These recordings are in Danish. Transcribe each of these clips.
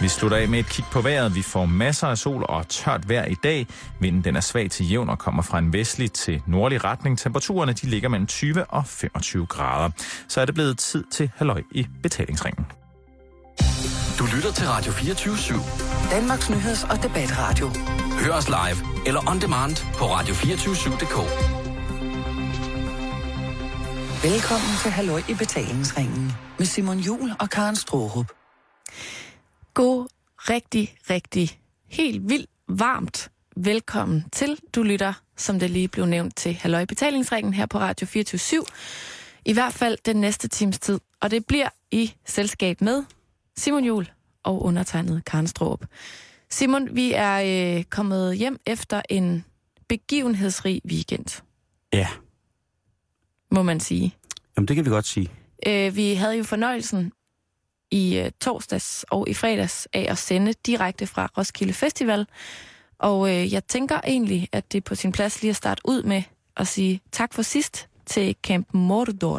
Vi slutter af med et kig på vejret. Vi får masser af sol og tørt vejr i dag. Vinden den er svag til jævn og kommer fra en vestlig til nordlig retning. Temperaturerne de ligger mellem 20 og 25 grader. Så er det blevet tid til halløj i betalingsringen. Du lytter til Radio 24/7. Danmarks nyheds- og debatradio. Hør os live eller on demand på radio247.dk. Velkommen til halløj i betalingsringen med Simon Juhl og Karen Straarup. God, rigtig, helt vildt varmt velkommen til. Du lytter, som det lige blev nævnt, til halløj i betalingsringen her på Radio 24/7. I hvert fald den næste times tid. Og det bliver i selskab med Simon Juhl og undertegnet Karen Straarup. Simon, vi er kommet hjem efter en begivenhedsrig weekend. Ja. Må man sige. Jamen, det kan vi godt sige. Vi havde jo fornøjelsen i torsdags og i fredags af at sende direkte fra Roskilde Festival. Og jeg tænker egentlig, at det er på sin plads lige at starte ud med at sige tak for sidst til Camp Mordor.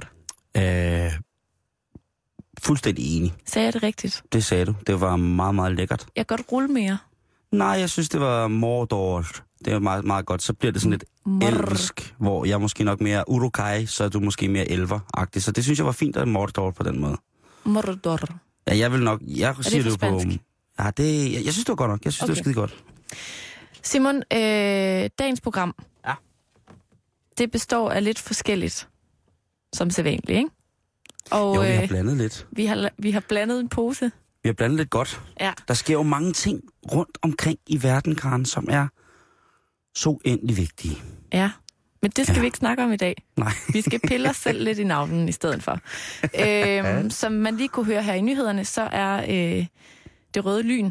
Fuldstændig enig. Sagde jeg det rigtigt? Det sagde du. Det var meget, meget lækkert. Jeg kan godt rulle mere. Nej, jeg synes, det var Mordor. Det var meget, meget godt. Så bliver det sådan lidt elvisk, hvor jeg måske nok mere Urukai, så er du måske mere elver-agtig. Så det synes jeg var fint, at Mordor på den måde. Mordor. Ja, jeg vil nok... Jeg er siger det for på... spansk? Ja, jeg synes, det var godt nok. Jeg synes, det var skide godt. Simon, dagens program, ja, det består af lidt forskelligt, som sædvanligt, ikke? Og, jo, vi har blandet lidt. Vi har blandet en pose. Vi har blandet lidt godt. Ja. Der sker jo mange ting rundt omkring i verden, Karen, som er så uendelig vigtige. Ja, men det skal vi ikke snakke om i dag. Nej. Vi skal pille os selv lidt i navlen i stedet for. Som man lige kunne høre her i nyhederne, så er det røde lyn.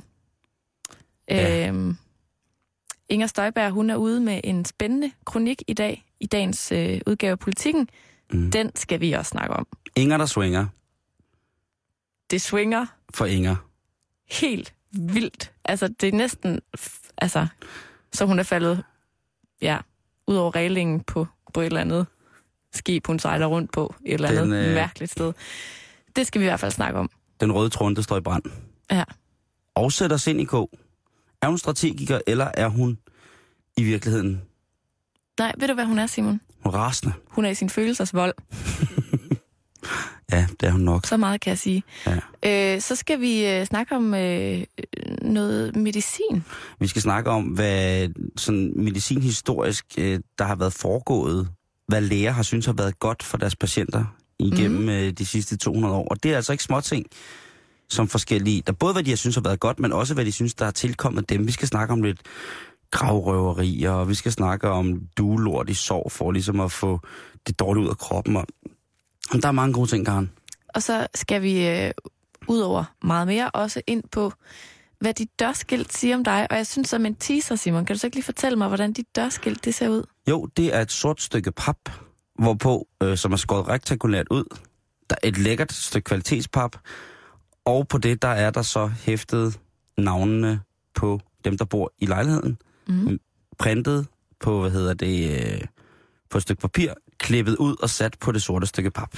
Inger Støjberg, hun er ude med en spændende kronik i dag, i dagens udgave af Politikken. Den skal vi også snakke om. Inger, der swinger. Det swinger. For Inger. Helt vildt. Altså, det er næsten... Altså, så hun er faldet, ud over reglingen på et eller andet skib, hun sejler rundt på et eller andet mærkeligt sted. Det skal vi i hvert fald snakke om. Den røde trunde, der står i brand. Ja. Og sætter os ind i kog. Er hun strategiker, eller er hun i virkeligheden... Nej, ved du, hvad hun er, Simon? Hun er rasende. Hun er i sin følelsesvold. Ja, det er hun nok. Så meget kan jeg sige. Ja. Så skal vi snakke om noget medicin. Vi skal snakke om, hvad sådan medicinhistorisk, der har været foregået, hvad læger har synes har været godt for deres patienter igennem de sidste 200 år. Og det er altså ikke småting, som forskellige, der både hvad de har synes har været godt, men også hvad de synes, der er tilkommet dem. Vi skal snakke om lidt gravrøverier, og vi skal snakke om duelort i sorg, for ligesom at få det dårligt ud af kroppen. Og der er mange gode ting, Karen. Og så skal vi udover meget mere også ind på, hvad dit dørskilt siger om dig. Og jeg synes, som en teaser, Simon, kan du så ikke lige fortælle mig, hvordan dit dørskilt det ser ud? Jo, det er et sort stykke pap, hvorpå, som er skåret rektangulært ud. Der er et lækkert stykke kvalitetspap, og på det, der er der så hæftet navnene på dem, der bor i lejligheden. Printet på, på et stykke papir, klippet ud og sat på det sorte stykke pap.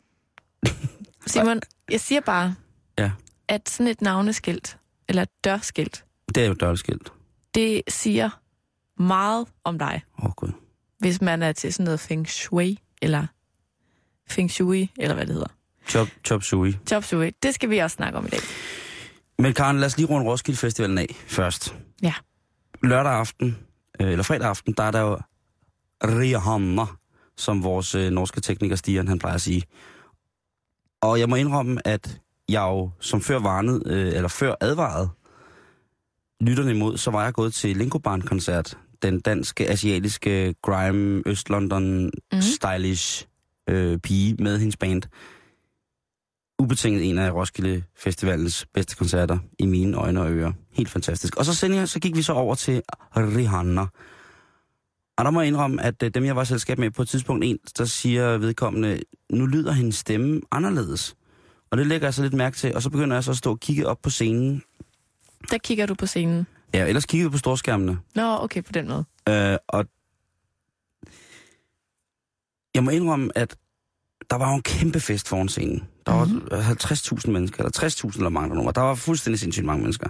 Simon, jeg siger bare, at sådan et navneskilt, eller et dørskilt, det er jo et dørskilt. Det siger meget om dig. Gud. Hvis man er til sådan noget feng shui, eller feng shui, eller hvad det hedder. Chop shui. Chop shui. Det skal vi også snakke om i dag. Men Karen, lad os lige runde Roskilde Festivalen af først. Ja. Lørdag aften, eller fredag aften, der er der jo Rihanna, som vores norske tekniker Stian, han plejer at sige. Og jeg må indrømme, at jeg jo som før varnede, eller før advarede lytterne imod, så var jeg gået til Linkobarn-koncert. Den danske, asiatiske, grime, Øst-London, stylish pige med hendes band. Ubetinget en af Roskilde Festivalens bedste koncerter i mine øjne og ører. Helt fantastisk. Og så gik vi så over til Rihanna. Og der må jeg indrømme, at dem jeg var i selskab med på et tidspunkt, der siger vedkommende, nu lyder hendes stemme anderledes. Og det lægger jeg så lidt mærke til, og så begynder jeg så at stå og kigge op på scenen. Der kigger du på scenen? Ja, ellers kigger vi på storskærmene. Nå, okay, på den måde. Og jeg må indrømme, at der var jo en kæmpe fest foran scenen. Der var 50.000 mennesker, eller 60.000 eller mange der nu. Der var fuldstændig sindssygt mange mennesker.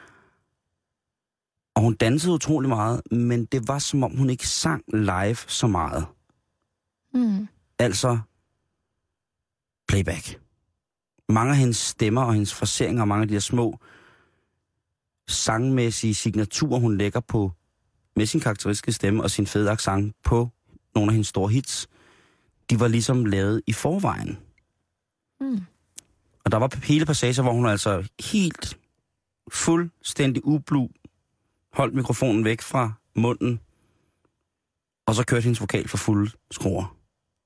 Og hun dansede utrolig meget, men det var som om hun ikke sang live så meget. Altså playback. Mange af hendes stemmer og hendes fraseringer og mange af de der små sangmæssige signaturer, hun lægger på med sin karakteristiske stemme og sin fede accent på nogle af hendes store hits, de var ligesom lavet i forvejen. Og der var hele passager, hvor hun altså helt fuldstændig ublu holdt mikrofonen væk fra munden, og så kørte hendes vokal for fulde skruer.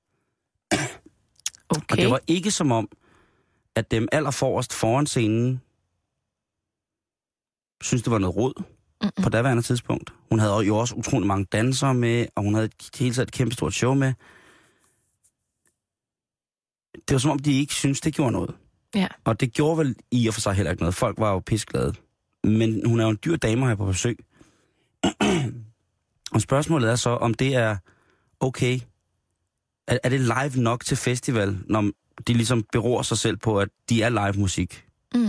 Okay. Og det var ikke som om, at dem allerforrest foran scenen synes det var noget rod på daværende tidspunkt. Hun havde jo også utrolig mange dansere med, og hun havde hele tiden et kæmpe stort show med. Det var som om, de ikke syntes, det gjorde noget. Ja. Og det gjorde vel i og for sig heller ikke noget. Folk var jo pisseglade. Men hun er jo en dyr dame her på besøg. Og spørgsmålet er så, om det er okay. Er det live nok til festival, når de ligesom beror sig selv på, at de er live musik?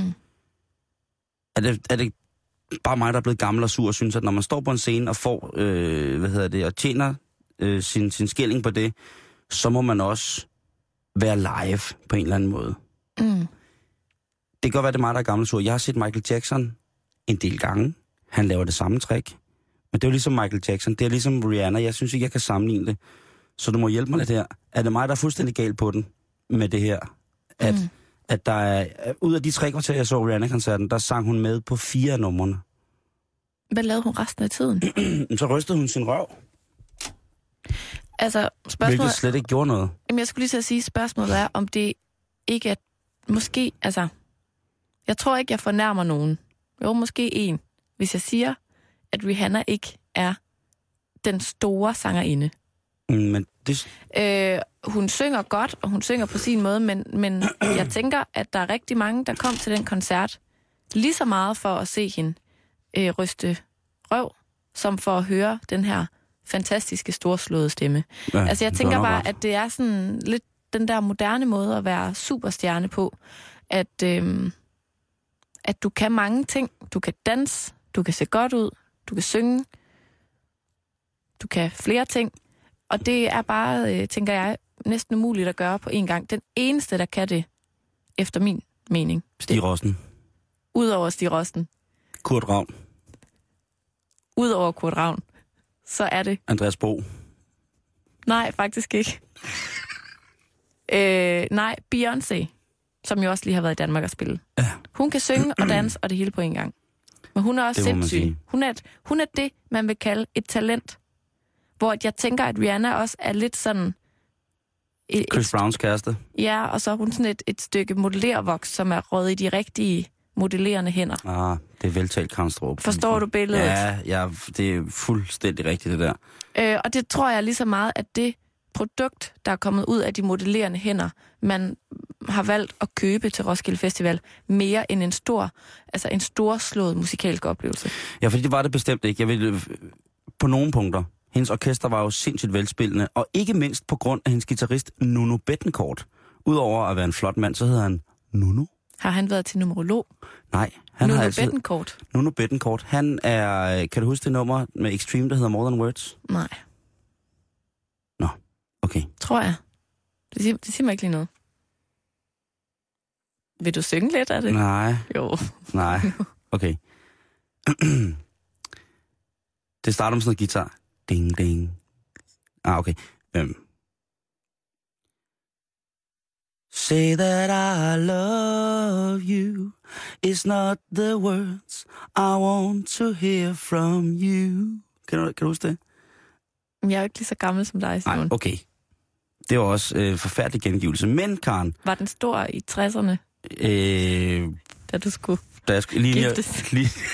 Er det bare mig, der er blevet gammel og sur og synes, at når man står på en scene og får, og tjener sin skilling på det, så må man også være live på en eller anden måde. Det kan godt være, det er mig, der er gammel og sur. Jeg har set Michael Jackson en del gange. Han laver det samme trick. Men det er jo ligesom Michael Jackson. Det er ligesom Rihanna. Jeg synes ikke, jeg kan sammenligne det. Så du må hjælpe mig lidt her. Er det mig, der er fuldstændig galt på den med det her? At der er... Ud af de 3 kvarter, jeg så Rihanna-koncerten, der sang hun med på 4 af numrene. Hvad lavede hun resten af tiden? Så rystede hun sin røv. Altså, spørgsmålet... Hvilket slet ikke gjorde noget. Jamen, jeg skulle lige til at sige, spørgsmålet er, om det ikke er... Måske, altså... Jeg tror ikke, jeg fornærmer nogen. Jo, måske en. Hvis jeg siger, at Rihanna ikke er den store sangerinde. Men det... Hun synger godt, og hun synger på sin måde, men jeg tænker, at der er rigtig mange, der kom til den koncert lige så meget for at se hende ryste røv, som for at høre den her fantastiske, storslåede stemme. Ja, altså, jeg tænker bare, at det er sådan lidt den der moderne måde at være superstjerne på, at du kan mange ting. Du kan danse, du kan se godt ud, du kan synge, du kan flere ting. Og det er bare, tænker jeg, næsten umuligt at gøre på en gang. Den eneste, der kan det, efter min mening. Stig Rossen. Udover Stig Rossen. Kurt Ravn. Udover Kurt Ravn, så er det... Andreas Bo. Nej, faktisk ikke. Nej, Beyoncé, som jo også lige har været i Danmark og spille. Ja. Hun kan synge og danse og det hele på en gang. Men hun er også sindssyg. Hun er det, man vil kalde et talent. Hvor jeg tænker, at Rihanna også er lidt sådan... Chris Browns kæreste. Ja, og så er hun sådan et stykke modellervoks, som er røget i de rigtige modellerende hænder. Det er veltalt, Karen Straarup. Forstår du billedet? Ja, det er fuldstændig rigtigt, det der. Og det tror jeg lige så meget, at det produkt, der er kommet ud af de modellerende hænder, man har valgt at købe til Roskilde Festival, mere end en storslået musikalsk oplevelse. Ja, fordi det var det bestemt ikke. Jeg vil på nogle punkter. Hendes orkester var jo sindssygt velspillende, og ikke mindst på grund af hendes guitarist Nuno Bettencourt. Udover at være en flot mand, så hedder han Nuno. Har han været til numerolog? Nej. Han Nuno har altid... Bettencourt? Nuno Bettencourt. Han er... Kan du huske det nummer med Extreme, der hedder More Than Words? Nej. Nå, okay. Tror jeg. Det siger mig ikke lige noget. Vil du synge lidt af det? Nej. Jo. Nej. Okay. Det starter med sådan noget guitar. Ding, ding. Okay. Say that I love you is not the words I want to hear from you. Kan du huske det? Jeg er jo ikke lige så gammel som dig, Simon. Nej, okay. Det var også forfærdelig gengivelse. Men, Karen... Var den stor i 60'erne? Da du skulle giftes?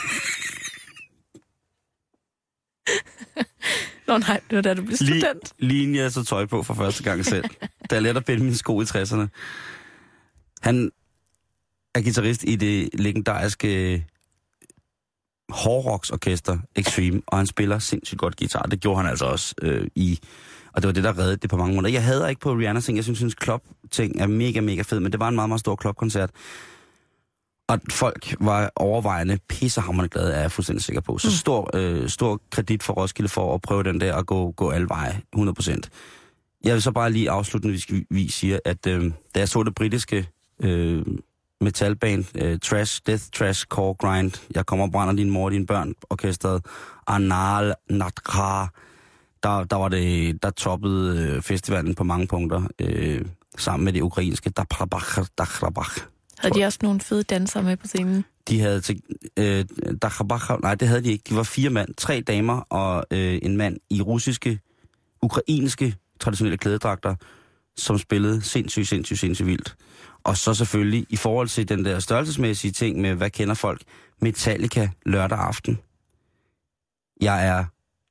Nå nej, det var da du blev student. Lige jeg så tøj på for første gang selv. Da jeg lærte at binde mine sko i 60'erne. Han er guitarist i det legendariske hårdrocksorkester Extreme, og han spiller sindssygt godt guitar. Det gjorde han altså også og det var det, der reddede det på mange måder. Jeg hader ikke på Rihanna-ting. Jeg synes club-ting er mega, mega fed, men det var en meget, meget stor club-koncert. Og folk var overvejende pissehamrende glade, er jeg fuldstændig sikker på. Så stor kredit for Roskilde for at prøve den der og gå alle veje, 100%. Jeg vil så bare lige afslutningsvis sige, at da jeg så det britiske metalband, Death Trash Core Grind, Jeg kommer og brænder din mor og dine børn, orkestret Anal Natkar, der toppede festivalen på mange punkter, sammen med det ukrainske Dakhrabakh. Havde de også nogle fede dansere med på scenen? De havde nej, det havde de ikke. De var 4 mand, 3 damer og en mand i ukrainske traditionelle klædedragter, som spillede sindssygt vildt. Og så selvfølgelig, i forhold til den der størrelsesmæssige ting med, hvad kender folk, Metallica lørdag aften. Jeg er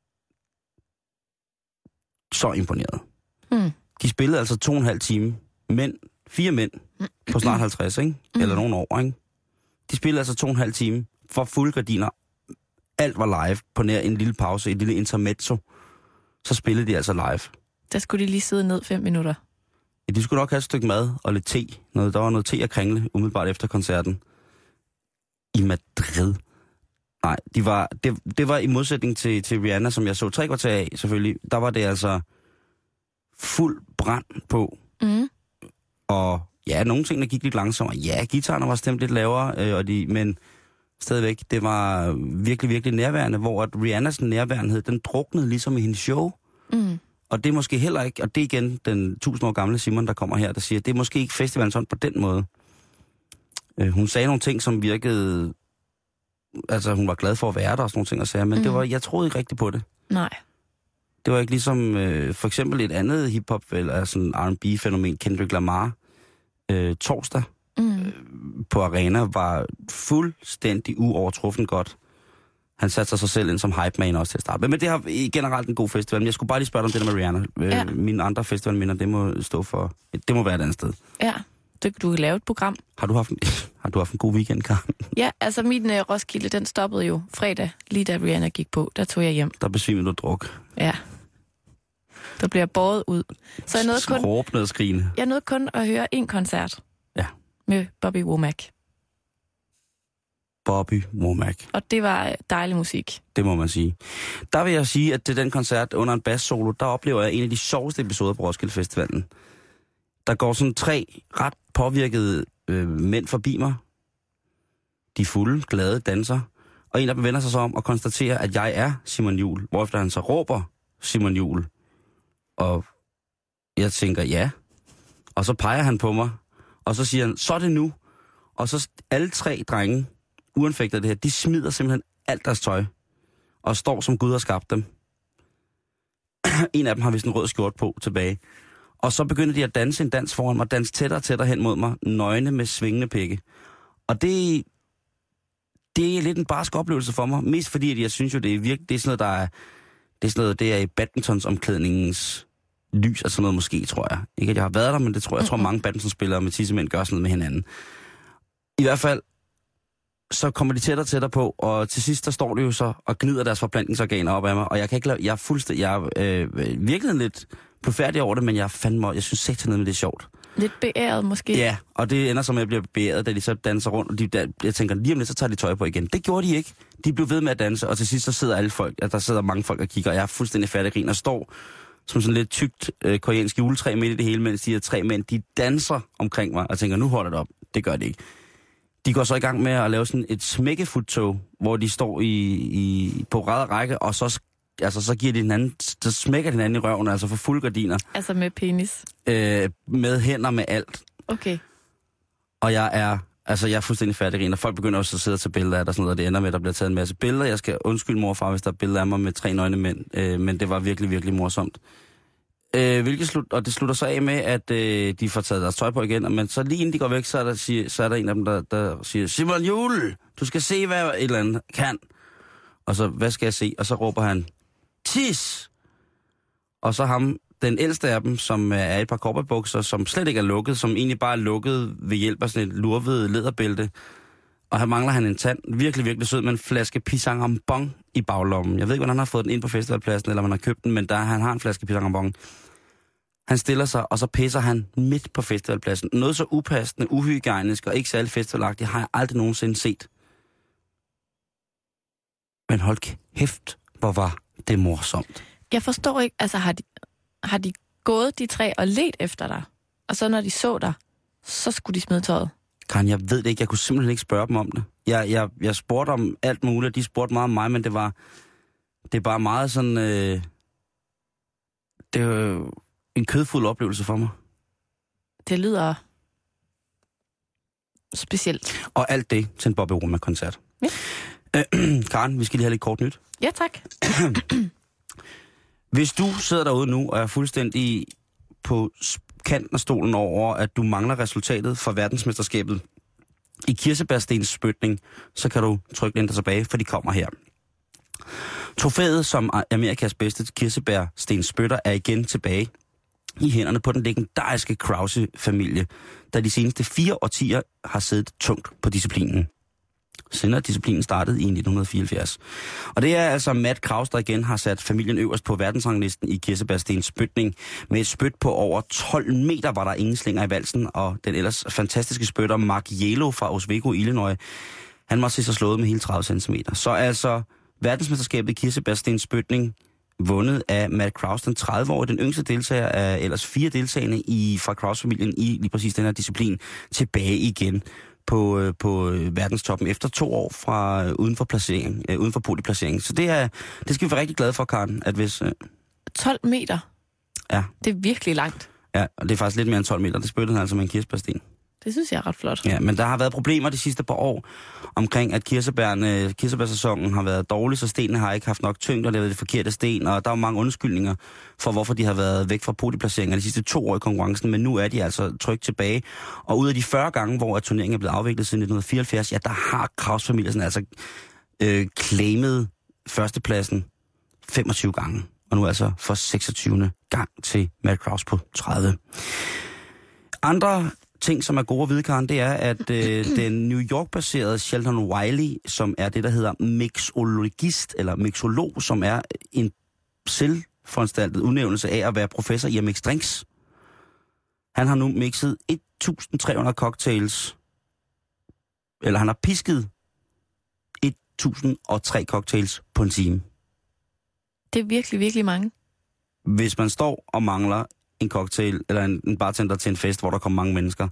så imponeret. De spillede altså 2,5 timer. 4 mænd på snart 50, ikke? Eller nogle år, ikke? De spillede altså 2,5 timer for fulde gardiner. Alt var live på nær en lille pause, et lille intermezzo. Så spillede de altså live. Der skulle de lige sidde ned 5 minutter. Ja, de skulle nok have et stykke mad og lidt te. Der var noget te og kringle umiddelbart efter koncerten. I Madrid. Nej, det var i modsætning til Rihanna, som jeg så 3 kvarter af, selvfølgelig. Der var det altså fuld brand på. Og ja, nogle ting, der gik lidt langsommere. Ja, guitarerne var stemt lidt lavere, men stadigvæk, det var virkelig, virkelig nærværende, hvor at Rihannas nærværenhed, den druknede ligesom i hendes show. Og det er måske heller ikke, og det er igen den 1000 år gamle Simon, der kommer her, der siger, det er måske ikke festivalen sådan på den måde. Hun sagde nogle ting, som virkede, altså hun var glad for at være der og sådan nogle ting, og sagde, men jeg troede ikke rigtigt på det. Nej. Det var ikke ligesom, for eksempel et andet hiphop, eller sådan R&B-fænomen, Kendrick Lamar, torsdag på Arena, var fuldstændig uovertruffen godt. Han satte sig selv ind som hype man også til at starte. Men det har generelt en god festival. Men jeg skulle bare lige spørge dig om det der med Rihanna. Mine andre festivalminder, det må stå for, det må være et andet sted. Ja, du kan lave et program. Har du haft en god weekend, Karen? Ja, altså min Roskilde, den stoppede jo fredag, lige da Rihanna gik på. Der tog jeg hjem. Der besvimede du druk. Ja. Der bliver båret ud. Så jeg nåede kun at høre en koncert. Ja. Med Bobby Womack. Og det var dejlig musik. Det må man sige. Der vil jeg sige, at til den koncert under en bass-solo, der oplever jeg en af de sjoveste episoder på Roskilde Festivalen. Der går sådan 3 ret påvirkede mænd forbi mig. De fulde, glade danser. Og en af dem vender sig så om og konstaterer, at jeg er Simon Juhl. Hvorefter han så råber Simon Juhl. Og jeg tænker, ja. Og så peger han på mig. Og så siger han, så er det nu. Og så alle 3 drenge, uanfægtet det her, de smider simpelthen alt deres tøj. Og står som Gud har skabt dem. En af dem har vist en rød skjort på tilbage. Og så begynder de at danse en dans foran mig, danse tættere og tættere hen mod mig, nøgne med svingende pikke. Og det er lidt en barsk oplevelse for mig. Mest fordi, at jeg synes jo, det er virkelig, det er sådan noget, det er i badmintonsomklædningens lys, altså noget måske, tror jeg. Ikke at jeg har været der, men det tror jeg, mange badmintonspillere med tissemænd gør sådan noget med hinanden. I hvert fald, så kommer de tættere og tættere på, og til sidst, der står de jo så og gnider deres forplantningsorganer op af mig, og jeg kan ikke lade, jeg er virkelig lidt blufærdig over det, men jeg synes sætter med det er sjovt. Lidt beæret måske. Ja, og det ender som, at jeg bliver beæret, da de så danser rundt, og jeg tænker, lige om lidt, så tager de tøj på igen. Det gjorde de ikke. De blev ved med at danse, og til sidst, så sidder alle folk, der sidder mange folk og kigger, og jeg er fuldstændig færdig og står som sådan lidt tykt koreansk juletræ midt i det hele, mens de her 3 mænd, de danser omkring mig, og tænker, nu holder det op. Det gør det ikke. De går så i gang med at lave sådan et smækkefudtog, hvor de står på ræd række, og så giver de hinanden, så smækker de hinanden i røven, altså for fulde gardiner. Altså med penis? Med hænder, med alt. Okay. Og jeg er fuldstændig færdig, og folk begynder også at sidde og tage billeder af det, og sådan noget, og det ender med, at der bliver taget en masse billeder. Jeg skal undskylde mor og far, hvis der er billeder af mig med 3 nøgne mænd, men det var virkelig, virkelig morsomt. Og det slutter så af med, at de får taget deres tøj på igen, men så lige inden de går væk, så er der en af dem, der siger, Simon Juhl, du skal se, hvad et eller andet kan. Og så, hvad skal jeg se? Og så råber han, tis! Og så ham, den ældste af dem, som er et par cowboybukser, som slet ikke er lukket, som egentlig bare er lukket ved hjælp af sådan et lurvet læderbælte, Og her mangler han en tand. Virkelig, virkelig sød med en flaske pisang ambon i baglommen. Jeg ved ikke, hvordan han har fået den ind på festivalpladsen, eller man har købt den, men han har en flaske pisang ambon. Han stiller sig, og så pisser han midt på festivalpladsen. Noget så upassende, uhygiejnisk og ikke særlig festivalagtigt har jeg aldrig nogensinde set. Men hold kæft, hvor var det morsomt. Jeg forstår ikke, altså har de gået de 3 og let efter dig? Og så når de så dig, så skulle de smide tøjet? Karen, jeg ved det ikke. Jeg kunne simpelthen ikke spørge dem om det. Jeg spurgte om alt muligt, de spurgte meget om mig, men det er bare meget sådan... det var en kødfuld oplevelse for mig. Det lyder specielt. Og alt det til en Bobby Roma-koncert. Ja. Karen, vi skal lige have lidt kort nyt. Ja, tak. Hvis du sidder derude nu og er fuldstændig på kanten af stolen over, at du mangler resultatet fra verdensmesterskabet i kirsebærstens spytning, så kan du trykke den der tilbage, for de kommer her. Trofæet som Amerikas bedste kirsebærstens spytter er igen tilbage i hænderne på den legendariske Krause-familie, der de seneste 4 årtier har siddet tungt på disciplinen. Siden disciplinen startede i 1974. Og det er altså Matt Krause, der igen har sat familien øverst på verdensranglisten i kirsebærstens spytning. Med et spyt på over 12 meter var der ingen slinger i valsen, og den ellers fantastiske spytter Mark Yelo fra Oswego, Illinois, han må se sig slået med hele 30 cm. Så altså verdensmesterskabet i kirsebærstens spytning vundet af Matt Krause, den 30-årige, den yngste deltager af ellers 4 deltagende fra Krause-familien i lige præcis den her disciplin, tilbage igen på verdenstoppen efter 2 år fra uden for podieplacering. Så det skal vi være rigtig glade for, Karen, at hvis 12 meter? Ja. Det er virkelig langt. Ja, og det er faktisk lidt mere end 12 meter. Det spyttede han altså med en kirsebærsten. Det synes jeg er ret flot. Ja, men der har været problemer de sidste par år omkring, at kirsebærsæsonen har været dårlig, så stenene har ikke haft nok tyngde, og det har været de forkerte sten, og der er mange undskyldninger for, hvorfor de har været væk fra podieplaceringer de sidste 2 år i konkurrencen, men nu er de altså trygt tilbage. Og ud af de 40 gange, hvor turneringen er blevet afviklet siden 1974, ja, der har Krause-familien altså claimet førstepladsen 25 gange, og nu altså for 26. gang til Matt Krause på 30. Andre ting, som er gode at vide, Karen, det er, at den New York-baserede Sheldon Wiley, som er det, der hedder mixologist, eller mixolog, som er en selvforanstaltet udnævnelse af at være professor i at mixe drinks. Han har nu mixet 1.300 cocktails, eller han har pisket 1.003 cocktails på en time. Det er virkelig, virkelig mange. Hvis man står og mangler en cocktail, eller en bartender til en fest, hvor der kommer mange mennesker,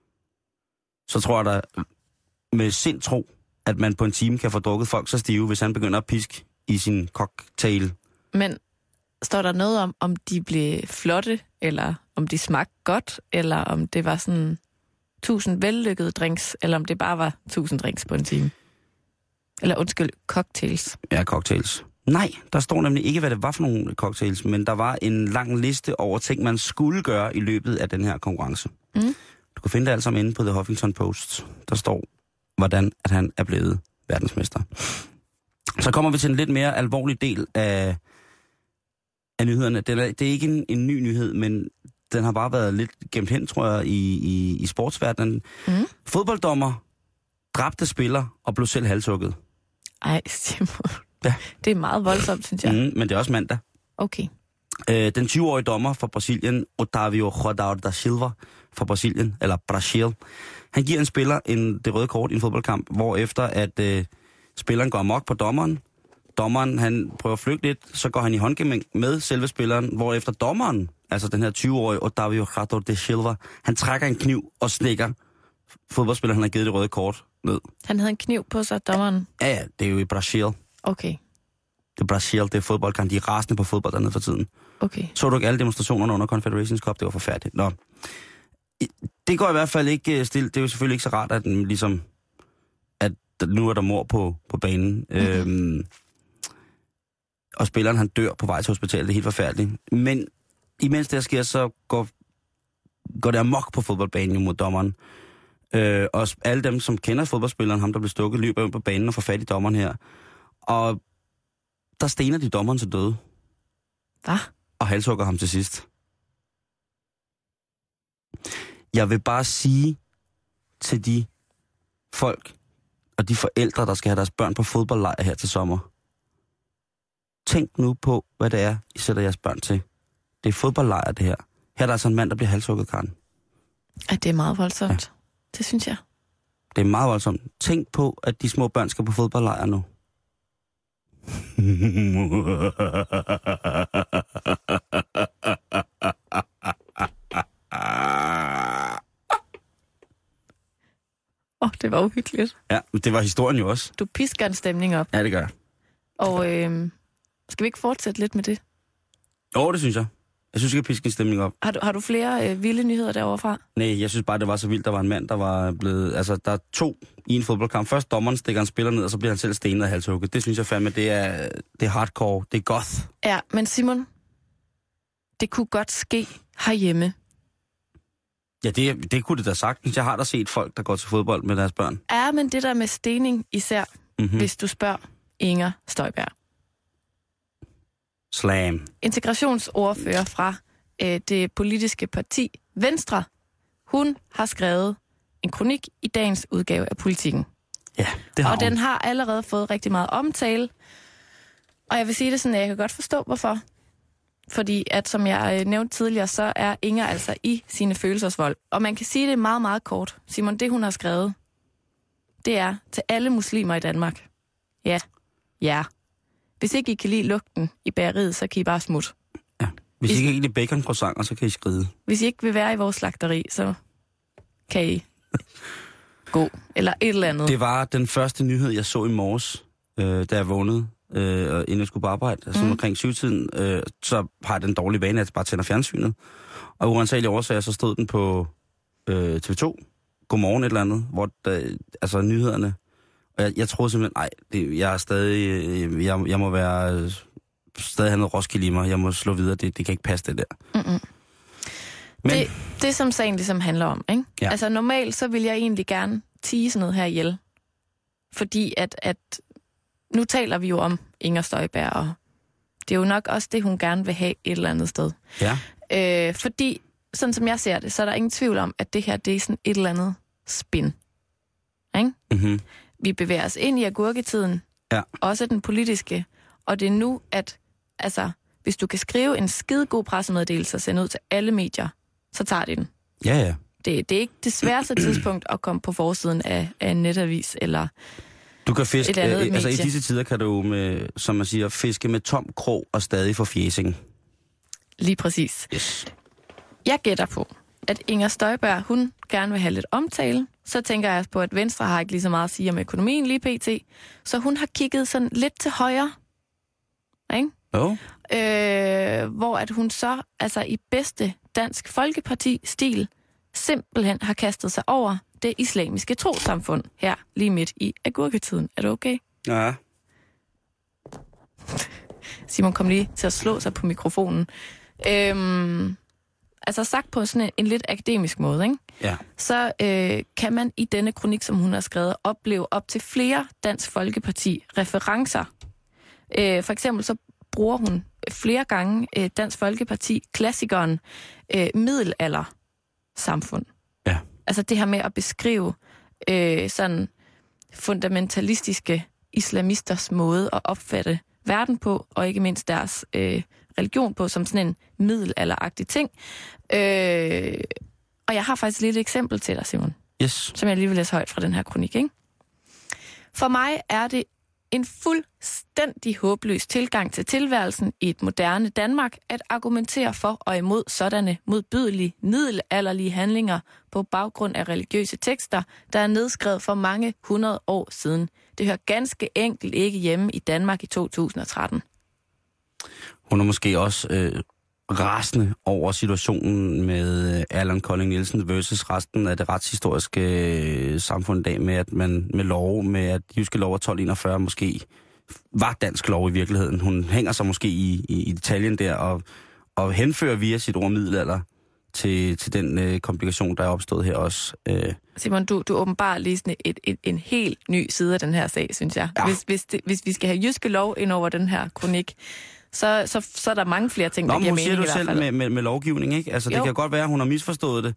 så tror jeg da med sindtro, at man på en time kan få drukket folk så stive, hvis han begynder at piske i sin cocktail. Men står der noget om de blev flotte, eller om de smagte godt, eller om det var sådan 1000 vellykkede drinks, eller om det bare var 1000 drinks på en time? Eller undskyld, cocktails. Ja, cocktails. Nej, der står nemlig ikke, hvad det var for nogle cocktails, men der var en lang liste over ting, man skulle gøre i løbet af den her konkurrence. Mm. Du kan finde det alt sammen inde på The Huffington Post. Der står, hvordan at han er blevet verdensmester. Så kommer vi til en lidt mere alvorlig del af nyhederne. Det er ikke en ny nyhed, men den har bare været lidt gemt hen, tror jeg, i sportsverdenen. Mm. Fodbolddommer dræbte spiller og blev selv halshugget. Ej, Simon. Ja. Det er meget voldsomt, synes jeg. Men det er også mandag. Okay. Den 20-årige dommer fra Brasilien, Otávio Rodão da Silva fra Brasilien, eller Brasil, han giver en spiller det røde kort i en fodboldkamp, hvorefter at spilleren går amok på dommeren. Dommeren, han prøver at flygte lidt, så går han i håndgemæng med selve spilleren, hvorefter dommeren, altså den her 20-årige Otávio Rodão da Silva, han trækker en kniv og stikker fodboldspilleren, han har givet det røde kort ned. Han havde en kniv på sig, dommeren? Ja, det er jo i Brasil. Okay. Det er Brasil, det er fodboldkamp. De er rasende på fodbold dernede for tiden. Okay. Så du ikke alle demonstrationerne under Confederations Cup? Det var forfærdeligt. Nå. Det går i hvert fald ikke stille. Det er jo selvfølgelig ikke så rart, at, ligesom, at nu er der mord på banen. Mm-hmm. Og spilleren, han dør på vej til hospitalet. Det er helt forfærdeligt. Men imens det her sker, så går det amok på fodboldbanen mod dommeren. Og alle dem, som kender fodboldspilleren, ham der blev stukket, løber ind på banen og får fat i dommeren her. Og der stener de dommeren til døde. Hvad? Og halshugger ham til sidst. Jeg vil bare sige til de folk, og de forældre, der skal have deres børn på fodboldlejr her til sommer. Tænk nu på, hvad det er, I sætter jeres børn til. Det er fodboldlejr, det her. Her er der altså en mand, der bliver halshugget, Karen. Ja, det er meget voldsomt. Ja. Det synes jeg. Det er meget voldsomt. Tænk på, at de små børn skal på fodboldlejr nu. Det var uhyggeligt. Ja, men det var historien jo også. Du pisker en stemning op. Ja, det gør jeg. Og skal vi ikke fortsætte lidt med det? Jo, det synes jeg. Jeg synes ikke, at piske en stemning op. Har du flere vilde nyheder derovre fra? Nej, jeg synes bare, det var så vildt. Der var en mand, der var blevet... Altså, der er 2 i en fodboldkamp. Først dommeren stikker en spiller ned, og så bliver han selv stenet af halshugget. Det synes jeg fandme, det er hardcore. Det er goth. Ja, men Simon, det kunne godt ske herhjemme. Ja, det kunne det da sagtens. Jeg har da set folk, der går til fodbold med deres børn. Ja, men det der med stening især, hvis du spørger Inger Støjberg. Slam. Integrationsordfører fra det politiske parti Venstre. Hun har skrevet en kronik i dagens udgave af Politikken. Ja, det har og den har allerede fået rigtig meget omtale. Og jeg vil sige det sådan, at jeg kan godt forstå, hvorfor. Fordi at, som jeg nævnte tidligere, så er Inger altså i sine følelsesvold. Og man kan sige det meget, meget kort. Simon, det hun har skrevet, det er til alle muslimer i Danmark. Ja. Hvis ikke I kan lide lugten i bageriet, så kan I bare smutte. Ja. Hvis I ikke kan lide baconcroissanter, så kan I skride. Hvis I ikke vil være i vores slagteri, så kan I gå. Eller et eller andet. Det var den første nyhed, jeg så i morges, da jeg vågnede, inden jeg skulle på arbejde. Altså omkring 7-tiden, så har jeg den dårlige vane, at jeg bare tænder fjernsynet. Og uansagelige årsager, så stod den på TV2. Godmorgen et eller andet, hvor altså nyhederne. Og jeg troede simpelthen, jeg er stadig, jeg må være, stadig have noget Roskilde i mig. Jeg må slå videre, det kan ikke passe det der. Men det som sagen ligesom handler om, ikke? Ja. Altså normalt, så vil jeg egentlig gerne tige sådan noget her ihjel. Fordi at nu taler vi jo om Inger Støjberg, og det er jo nok også det, hun gerne vil have et eller andet sted. Ja. Fordi, sådan som jeg ser det, så er der ingen tvivl om, at det her, det er sådan et eller andet spin. Ikke? Mm-hmm. Vi bevæger os ind i agurketiden, også den politiske, og det er nu, at altså, hvis du kan skrive en skidegod pressemeddelelse og sende ud til alle medier, så tager de den. Ja. Det er ikke det sværeste tidspunkt at komme på forsiden af en netavis eller du kan fiske, et andet medie. altså i disse tider kan du med, som man siger, fiske med tom krog og stadig få fjæsing. Lige præcis. Yes. Jeg gætter på, at Inger Støjberg, hun gerne vil have lidt omtale. Så tænker jeg på, at Venstre har ikke lige så meget at sige om økonomien lige pt. Så hun har kigget sådan lidt til højre. Ikke? Jo. Hvor at hun så, altså i bedste Dansk Folkeparti-stil, simpelthen har kastet sig over det islamiske trossamfund her lige midt i agurketiden. Er det okay? Ja. Simon kom lige til at slå sig på mikrofonen. Altså sagt på sådan en lidt akademisk måde, ikke? Ja. Så kan man i denne kronik, som hun har skrevet, opleve op til flere Dansk Folkeparti-referencer. For eksempel så bruger hun flere gange Dansk Folkeparti-klassikeren middelalder-samfund. Ja. Altså det her med at beskrive sådan fundamentalistiske islamisters måde at opfatte verden på, og ikke mindst deres religion på, som sådan en middelalderagtig ting. Og jeg har faktisk lidt et eksempel til dig, Simon. Yes. Som jeg lige vil læse højt fra den her kronik, ikke? For mig er det en fuldstændig håbløs tilgang til tilværelsen i et moderne Danmark at argumentere for og imod sådanne modbydelige, middelalderlige handlinger på baggrund af religiøse tekster, der er nedskrevet for mange 100 år siden. Det hører ganske enkelt ikke hjemme i Danmark i 2013. Hun er måske også rasende over situationen med Allan Colling Nielsen versus resten af det retshistoriske samfund i dag, med at man med lov, med at jyske lov af 1241 måske var dansk lov i virkeligheden. Hun hænger sig måske i detaljen der og henfører via sit ord middelalder til den komplikation, der er opstået her også. Simon, du åbenbart lige sådan en helt ny side af den her sag, synes jeg. Ja. Hvis vi skal have jyske lov ind over den her kronik, så er der mange flere ting, der giver mening i hvert fald. Nå, men siger du selv med lovgivning, ikke? Altså, det kan godt være, at hun har misforstået det.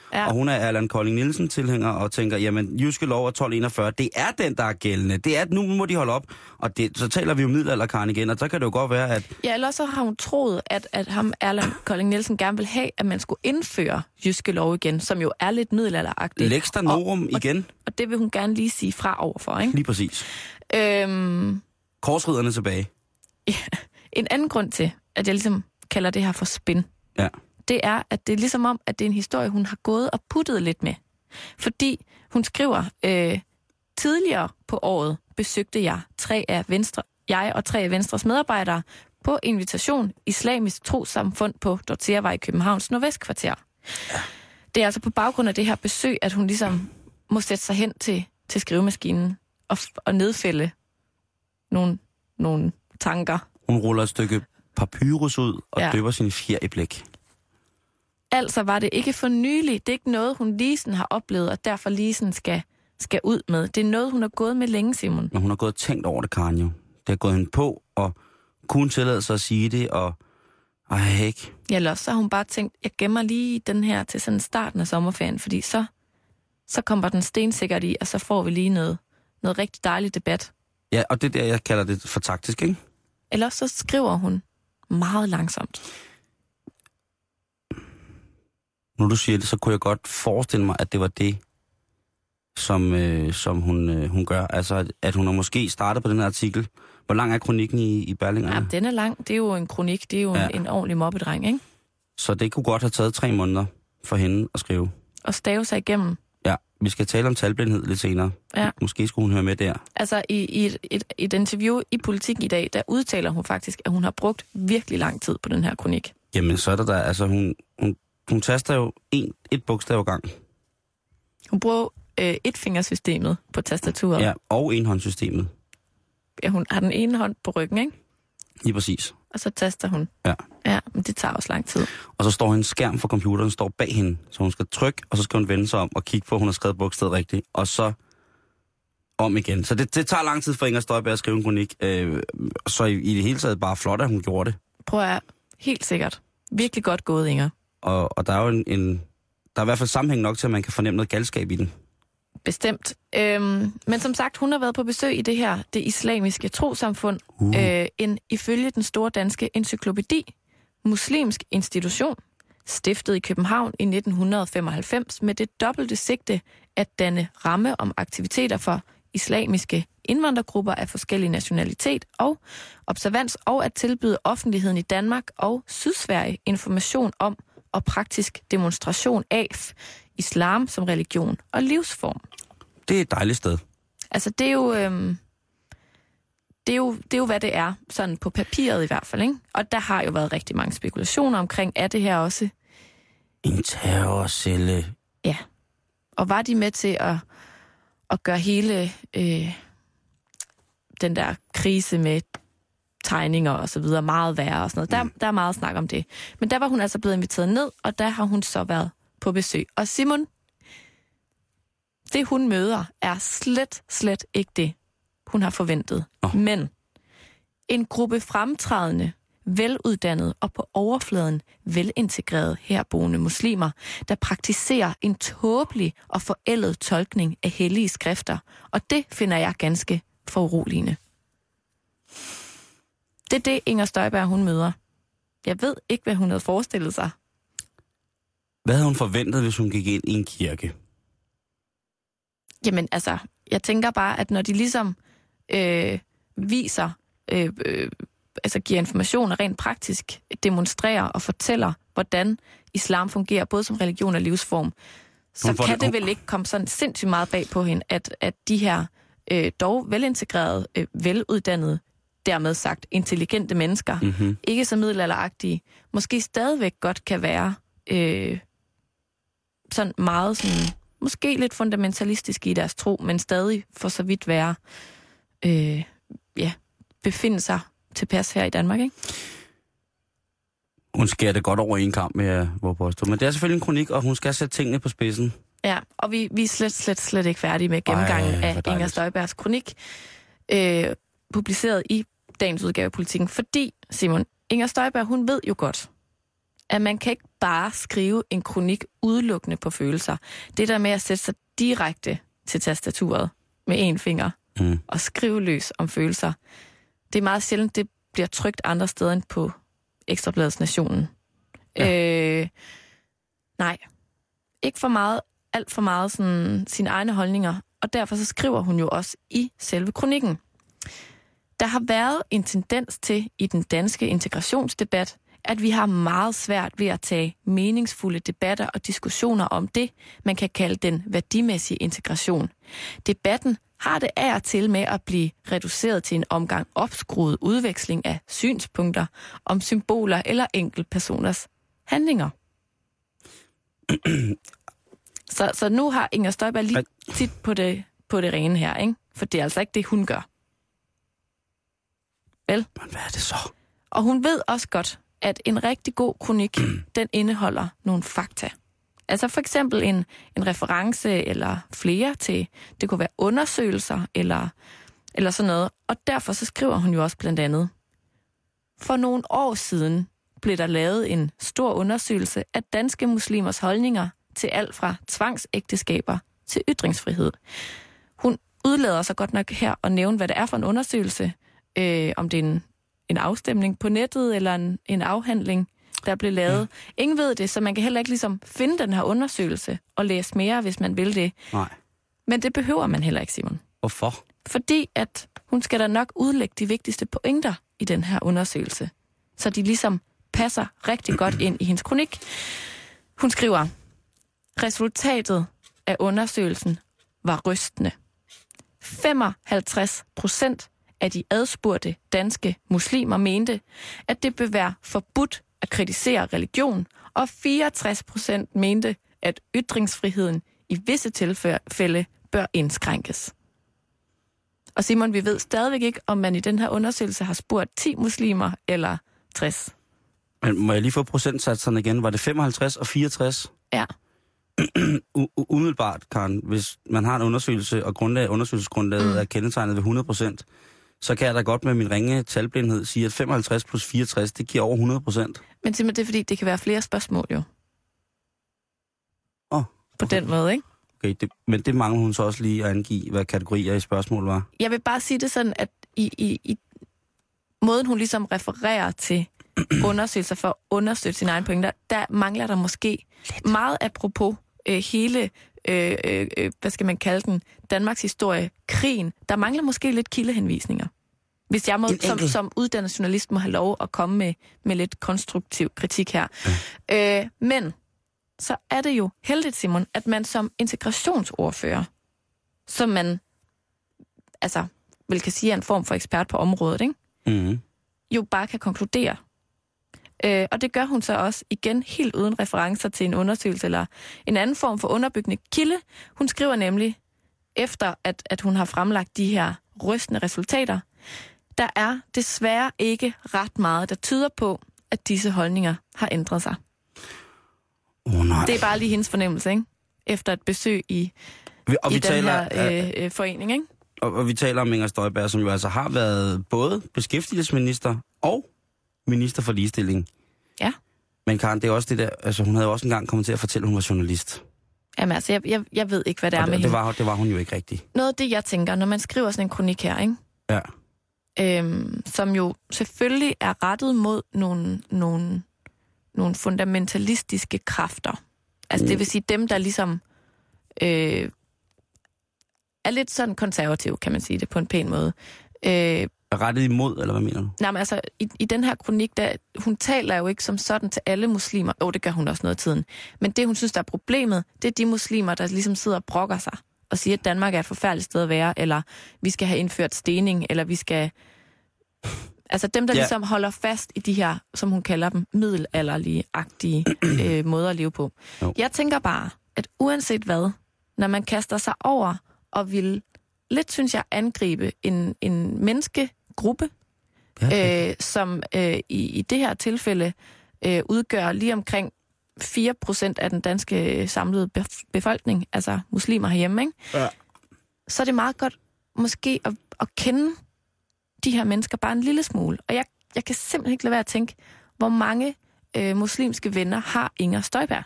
Ja. Og hun er Erland Kolding Nielsen tilhænger og tænker, jamen Jyske Lov og 1241, det er den, der er gældende. Det er, nu må de holde op. Og så taler vi jo middelalderkaren igen, og så kan det jo godt være, at... Ja, ellers så har hun troet, at ham Erland Kolding Nielsen gerne vil have, at man skulle indføre Jyske Lov igen, som jo er lidt middelalderagtigt. Lex Danorum igen. Og det vil hun gerne lige sige fra overfor, ikke? Lige præcis. Korsridderne tilbage. Ja. En anden grund til, at jeg ligesom kalder det her for spin, det er, at det er ligesom om, at det er en historie, hun har gået og puttet lidt med. Fordi hun skriver, tidligere på året besøgte jeg og tre af Venstres medarbejdere på invitation Islamisk Trossamfund på Dortheavej i Københavns Nordvestkvarter. Ja. Det er altså på baggrund af det her besøg, at hun ligesom må sætte sig hen til skrivemaskinen og nedfælde nogle tanker. Hun ruller et stykke papyrus ud og døber sin fjer i blæk. Altså var det ikke for nylig. Det er ikke noget, hun lige sådan har oplevet, og derfor lige sådan skal ud med. Det er noget, hun har gået med længe, Simon. Men hun har gået og tænkt over det, Karen, jo. Det har gået hende på, og kunne tillade sig at sige det, og ikke. Ja, eller så har hun bare tænkt, jeg gemmer lige den her til sådan starten af sommerferien, fordi så kommer den stensikkert i, og så får vi lige noget rigtig dejligt debat. Ja, og det der, jeg kalder det for taktisk, ikke? Eller så skriver hun meget langsomt. Når du siger det, så kunne jeg godt forestille mig, at det var det, som hun gør. Altså, at hun har måske startet på den her artikel. Hvor lang er kronikken i Berlingerne? Ja, den er lang. Det er jo en kronik. Det er jo en ordentlig mobbedreng, ikke? Så det kunne godt have taget 3 måneder for hende at skrive. Og stave sig igennem. Ja, vi skal tale om talblindhed lidt senere. Ja. Måske skulle hun høre med der. Altså, i et interview i Politiken i dag, der udtaler hun faktisk, at hun har brugt virkelig lang tid på den her kronik. Jamen, så er der altså, hun taster jo et bogstav ad gangen. Hun bruger etfingersystemet på tastaturet. Ja, og enhåndssystemet. Ja, hun har den ene hånd på ryggen, ikke? Lige præcis. Og så taster hun. Ja. Ja, men det tager også lang tid. Og så står hendes skærm for computeren, står bag hende, så hun skal trykke, og så skal hun vende sig om og kigge på, at hun har skrevet bogstavet rigtigt, og så om igen. Så det tager lang tid for Inger Støjberg at skrive en kronik. Så i det hele taget bare flot, at hun gjorde det. Prøv at helt sikkert. Virkelig godt gået, Inger. Og der er jo der er i hvert fald sammenhæng nok til, at man kan fornemme noget galskab i den. Bestemt. Men som sagt, hun har været på besøg i det islamiske trossamfund. Ifølge den store danske encyklopædi, muslimsk institution, stiftet i København i 1995 med det dobbelte sigte at danne ramme om aktiviteter for islamiske indvandrergrupper af forskellige nationalitet og observans, og at tilbyde offentligheden i Danmark og Sydsverige information om og praktisk demonstration af islam som religion og livsform. Det er et dejligt sted. Altså, det er jo, hvad det er, sådan på papiret i hvert fald, ikke? Og der har jo været rigtig mange spekulationer omkring, er det her også en terrorcelle? Ja. Og var de med til at gøre hele den der krise med tegninger og så videre meget værre og sådan noget. Der er meget snak om det. Men der var hun altså blevet inviteret ned, og der har hun så været på besøg. Og Simon, det hun møder, er slet ikke det, hun har forventet. Men en gruppe fremtrædende, veluddannede og på overfladen velintegrerede herboende muslimer, der praktiserer en tåbelig og forældet tolkning af hellige skrifter. Og det finder jeg ganske foruroligende. Det er det, Inger Støjberg, hun møder. Jeg ved ikke, hvad hun havde forestillet sig. Hvad havde hun forventet, hvis hun gik ind i en kirke? Jamen, altså, jeg tænker bare, at når de ligesom viser, giver information og rent praktisk demonstrerer og fortæller, hvordan islam fungerer, både som religion og livsform, så kan det vel ikke komme sådan sindssygt meget bag på hende, at de her dog velintegrerede, veluddannede, dermed sagt intelligente mennesker, ikke så middelalderagtige, måske stadigvæk godt kan være sådan meget sådan, måske lidt fundamentalistiske i deres tro, men stadig for så vidt være befinde sig tilpas her i Danmark, ikke? Hun skærer det godt over en kamp med vores påstå. Men det er selvfølgelig en kronik, og hun skal sætte tingene på spidsen. Ja, og vi er slet ikke færdige med gennemgangen af Inger Støjbergs kronik, publiceret i dagens udgave af Politiken. Fordi, Simon, Inger Støjberg, hun ved jo godt, at man kan ikke bare skrive en kronik udelukkende på følelser. Det der med at sætte sig direkte til tastaturet med en finger og skrive løs om følelser, det er meget sjældent, det bliver trykt andre steder end på Ekstrabladets Nationen. Ja. Nej. Ikke for meget, alt for meget sådan, sine egne holdninger, og derfor så skriver hun jo også i selve kronikken. Der har været en tendens til i den danske integrationsdebat, at vi har meget svært ved at tage meningsfulde debatter og diskussioner om det, man kan kalde den værdimæssige integration. Debatten har det af og til med at blive reduceret til en omgang opskruet udveksling af synspunkter om symboler eller enkeltpersoners handlinger. Så nu har Inger Støjberg lige tit på det rene her, ikke? For det er altså ikke det, hun gør. Vel? Men hvad er det så? Og hun ved også godt, at en rigtig god kronik, den indeholder nogle fakta. Altså for eksempel en reference eller flere til, det kunne være undersøgelser eller sådan noget. Og derfor så skriver hun jo også blandt andet: for nogle år siden blev der lavet en stor undersøgelse af danske muslimers holdninger til alt fra tvangsægteskaber til ytringsfrihed. Hun udlader sig godt nok her at nævne, hvad det er for en undersøgelse, om det er en afstemning på nettet eller en afhandling, der blev lavet. Ja. Ingen ved det, så man kan heller ikke ligesom finde den her undersøgelse og læse mere, hvis man vil det. Nej. Men det behøver man heller ikke, Simon. Hvorfor? Fordi at hun skal da nok udlægge de vigtigste pointer i den her undersøgelse, så de ligesom passer rigtig godt ind i hendes kronik. Hun skriver: resultatet af undersøgelsen var rystende. 55% af de adspurgte danske muslimer mente, at det bør være forbudt at kritisere religion, og 64% mente, at ytringsfriheden i visse tilfælde bør indskrænkes. Og Simon, vi ved stadigvæk ikke, om man i den her undersøgelse har spurgt 10 muslimer eller 60. Men må jeg lige få procentsatserne igen? Var det 55 og 64? Ja. Umiddelbart, Karen, hvis man har en undersøgelse, og undersøgelsesgrundlaget er kendetegnet ved 100%, så kan jeg da godt med min ringe talblindhed sige, at 55 plus 64, det giver over 100%. Men simpelthen det er, fordi det kan være flere spørgsmål jo. Okay. På den måde, ikke? Okay, men det mangler hun så også lige at angive, hvad kategorier i spørgsmål var. Jeg vil bare sige det sådan, at i måden, hun ligesom refererer til undersøgelser for at understøtte sine egne pointer, der mangler der måske meget apropos hele, hvad skal man kalde den, Danmarks historie, krigen. Der mangler måske lidt kildehenvisninger. Hvis jeg som uddannet journalist må have lov at komme med lidt konstruktiv kritik her. Ja. Men så er det jo heldigt, Simon, at man som integrationsordfører, som man altså vel kan sige er en form for ekspert på området, ikke? Mm-hmm. Jo bare kan konkludere. Og det gør hun så også igen helt uden referencer til en undersøgelse eller en anden form for underbyggende kilde. Hun skriver nemlig, efter at hun har fremlagt de her rystende resultater, der er desværre ikke ret meget, der tyder på, at disse holdninger har ændret sig. Nej. Det er bare lige hendes fornemmelse, ikke? Efter et besøg i den her forening, ikke? Og vi taler om Inger Støjberg, som jo altså har været både beskæftigelsesminister og minister for ligestilling. Ja. Men Karen, det er også det der, altså hun havde jo også engang kommet til at fortælle, at hun var journalist. Jamen altså, jeg ved ikke, hvad det er med hende. Det var hun jo ikke rigtigt. Noget af det, jeg tænker, når man skriver sådan en kronik her, ikke? Ja. Som jo selvfølgelig er rettet mod nogle fundamentalistiske kræfter. Altså det vil sige dem, der ligesom er lidt sådan konservativ, kan man sige det på en pæn måde. Rettet imod, eller hvad mener du? Nej, men altså, i den her kronik, hun taler jo ikke som sådan til alle muslimer. Det gør hun også noget af tiden. Men det, hun synes, der er problemet, det er de muslimer, der ligesom sidder og brokker sig og siger, at Danmark er et forfærdeligt sted at være, eller vi skal have indført stening, eller vi skal... Altså dem, der ligesom holder fast i de her, som hun kalder dem, middelalderlige-agtige måder at leve på. Jo. Jeg tænker bare, at uanset hvad, når man kaster sig over og vil lidt, synes jeg, angribe en menneskegruppe, som i det her tilfælde udgør lige omkring 4% af den danske samlede befolkning, altså muslimer herhjemme, ikke? Ja. Så er det meget godt måske at kende de her mennesker bare en lille smule. Og jeg kan simpelthen ikke lade være at tænke, hvor mange muslimske venner har Inger Støjberg?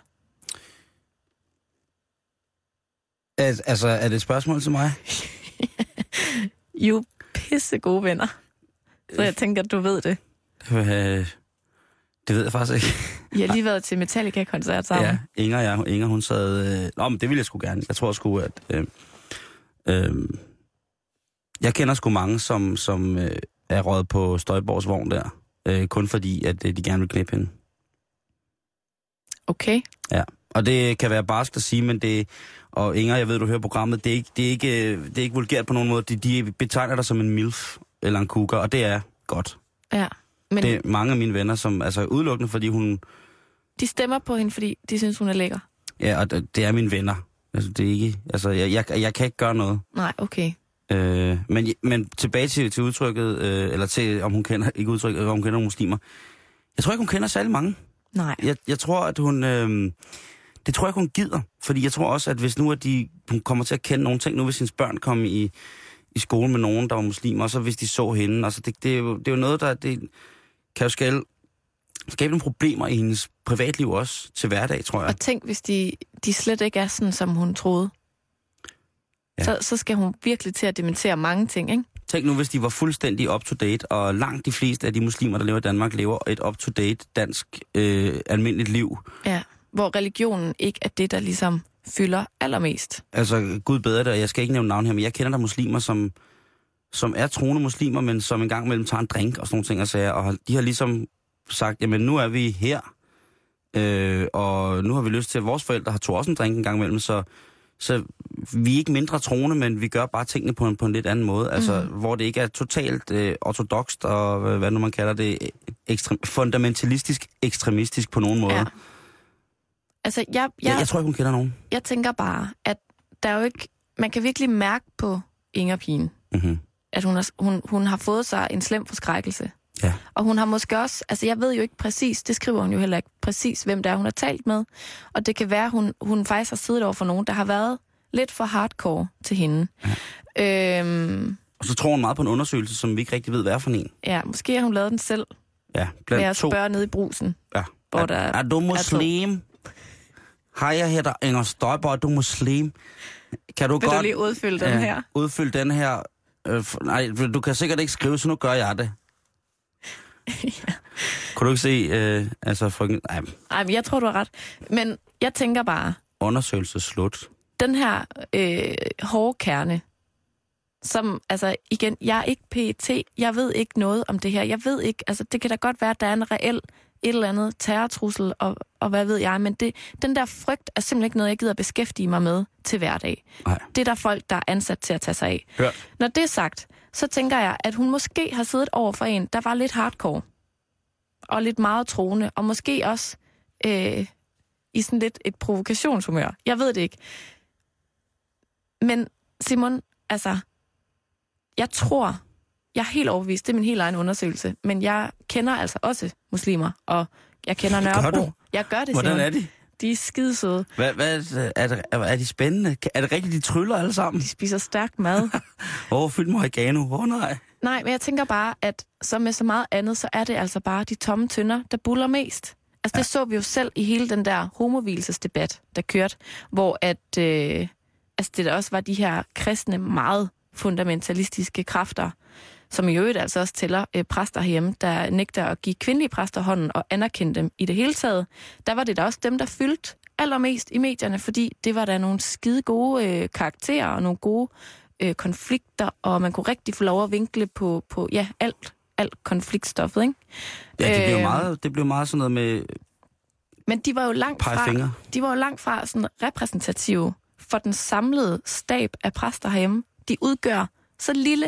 Altså, er det et spørgsmål til mig? I er jo pisse gode venner. Så jeg tænker, at du ved det. Det ved jeg faktisk ikke. I har lige været til Metallica-koncert sammen. Ja, Inger hun sad... men det ville jeg sgu gerne. Jeg tror sgu, at... jeg kender sgu mange, som er røget på Støjborgs vogn der. Kun fordi, at de gerne vil knippe hende. Okay. Ja, og det kan være barskt at sige, men det... Og Inger, jeg ved, du hører programmet, det er ikke vulgært på nogen måde. De betegner dig som en milf eller en cougar, og det er godt. Ja, men... Det er mange af mine venner, som altså udelukkende, fordi hun... De stemmer på hende, fordi de synes, hun er lækker. Ja, og det er mine venner. Altså, det er ikke... Altså, jeg kan ikke gøre noget. Nej, okay. Men tilbage til udtrykket, eller til, om hun kender... Ikke udtrykket, om hun kender nogle muslimer. Jeg tror ikke, hun kender særlig mange. Nej. Jeg tror, at hun... Det tror jeg ikke, hun gider. Fordi jeg tror også, at hvis nu hun kommer til at kende nogle ting, nu hvis hendes børn kom i skole med nogen, der var muslimer, og så hvis de så hende, altså det er jo noget, der kan jo skabe nogle problemer i hendes privatliv også til hverdag, tror jeg. Og tænk, hvis de slet ikke er sådan, som hun troede. Ja. Så skal hun virkelig til at dementere mange ting, ikke? Tænk nu, hvis de var fuldstændig up-to-date, og langt de fleste af de muslimer, der lever i Danmark, lever et up-to-date dansk almindeligt liv. Ja. Hvor religionen ikke er det, der ligesom fylder allermest. Altså, Gud bedre det, og jeg skal ikke nævne navn her, men jeg kender der muslimer, som er troende muslimer, men som en gang imellem tager en drink og sådan nogle ting og sager, og de har ligesom sagt, jamen nu er vi her, og nu har vi lyst til, at vores forældre har tog også en drink en gang imellem, så vi er ikke mindre troende, men vi gør bare tingene på en lidt anden måde, altså hvor det ikke er totalt ortodokst, og hvad nu man kalder det, fundamentalistisk ekstremistisk på nogen måde. Ja. Altså, jeg tror ikke, hun kender nogen. Jeg tænker bare, at der er jo ikke... Man kan virkelig mærke på Inger-pigen, at hun har fået sig en slem forskrækkelse. Ja. Og hun har måske også... Altså, jeg ved jo ikke præcis, det skriver hun jo heller ikke præcis, hvem det er, hun har talt med. Og det kan være, hun faktisk har siddet over for nogen, der har været lidt for hardcore til hende. Ja. Og så tror hun meget på en undersøgelse, som vi ikke rigtig ved, hvad er for en. Ja, måske har hun lavet den selv. Ja, blandt at spørge nede i brusen. Ja. Er du muslim? Hej, jeg hedder Inger Støjberg, du er muslim. Kan du godt... du lige udfylde den her? Udfylde den her. Nej, du kan sikkert ikke skrive, så nu gør jeg det. Ja. Kunne du ikke se, frygten... Nej, men jeg tror, du har ret. Men jeg tænker bare... Undersøgelse slut. Den her hårde kerne, som, altså igen, jeg er ikke PET, jeg ved ikke noget om det her. Jeg ved ikke, altså det kan da godt være, at der er en reel et eller andet terrortrussel, og hvad ved jeg, men den der frygt er simpelthen ikke noget, jeg gider beskæftige mig med til hverdag. Nej. Det er der folk, der er ansat til at tage sig af. Hørt. Når det er sagt, så tænker jeg, at hun måske har siddet over for en, der var lidt hardcore, og lidt meget troende, og måske også i sådan lidt et provokationshumør. Jeg ved det ikke. Men Simon, altså, jeg tror... Jeg er helt overbevist, det er min helt egen undersøgelse, men jeg kender altså også muslimer, og jeg kender Nørrebro. Jeg gør det, Hvordan er de? De er skidesøde. Er de spændende? Er det rigtigt, de tryller alle sammen? De spiser stærk mad. Fyldt med oregano. Nej. Nej, men jeg tænker bare, at som med så meget andet, så er det altså bare de tomme tønder, der buller mest. Altså det så vi jo selv i hele den der homovilsesdebat, der kørte, hvor at, det der også var de her kristne, meget fundamentalistiske kræfter, som i øvrigt altså også tæller præster herhjemme, der nægter at give kvindelige præster hånden og anerkende dem i det hele taget. Der var det da også dem, der fyldte allermest i medierne, fordi det var der nogle skide gode karakterer og nogle gode konflikter, og man kunne rigtig få lov at vinkle på alt konfliktstoffet, ikke? Ja, det blev meget sådan noget med... Men de var jo langt fra sådan repræsentative for den samlede stab af præster herhjemme. De udgør så lille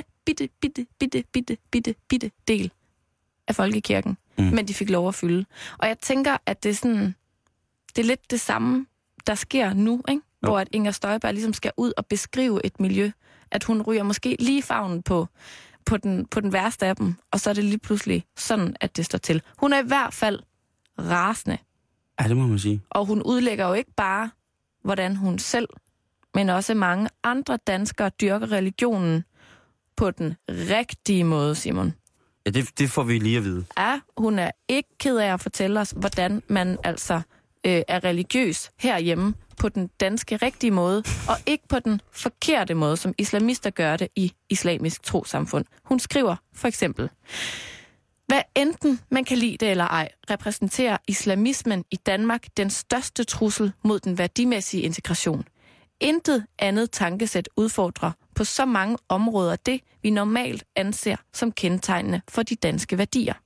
bitte del af folkekirken, men de fik lov at fylde. Og jeg tænker, at det er lidt det samme, der sker nu, ikke? Hvor at Inger Støjberg ligesom skal ud og beskrive et miljø, at hun ryger måske lige favnen på den værste af dem, og så er det lige pludselig sådan, at det står til. Hun er i hvert fald rasende. Ja, det må man sige. Og hun udlægger jo ikke bare, hvordan hun selv, men også mange andre danskere dyrker religionen på den rigtige måde, Simon. Ja, det får vi lige at vide. Ja, hun er ikke ked af at fortælle os, hvordan man altså er religiøs herhjemme på den danske rigtige måde, og ikke på den forkerte måde, som islamister gør det i islamisk trosamfund. Hun skriver for eksempel: hvad enten man kan lide det eller ej, repræsenterer islamismen i Danmark den største trussel mod den værdimæssige integration. Intet andet tankesæt udfordrer på så mange områder det, vi normalt anser som kendetegnende for de danske værdier.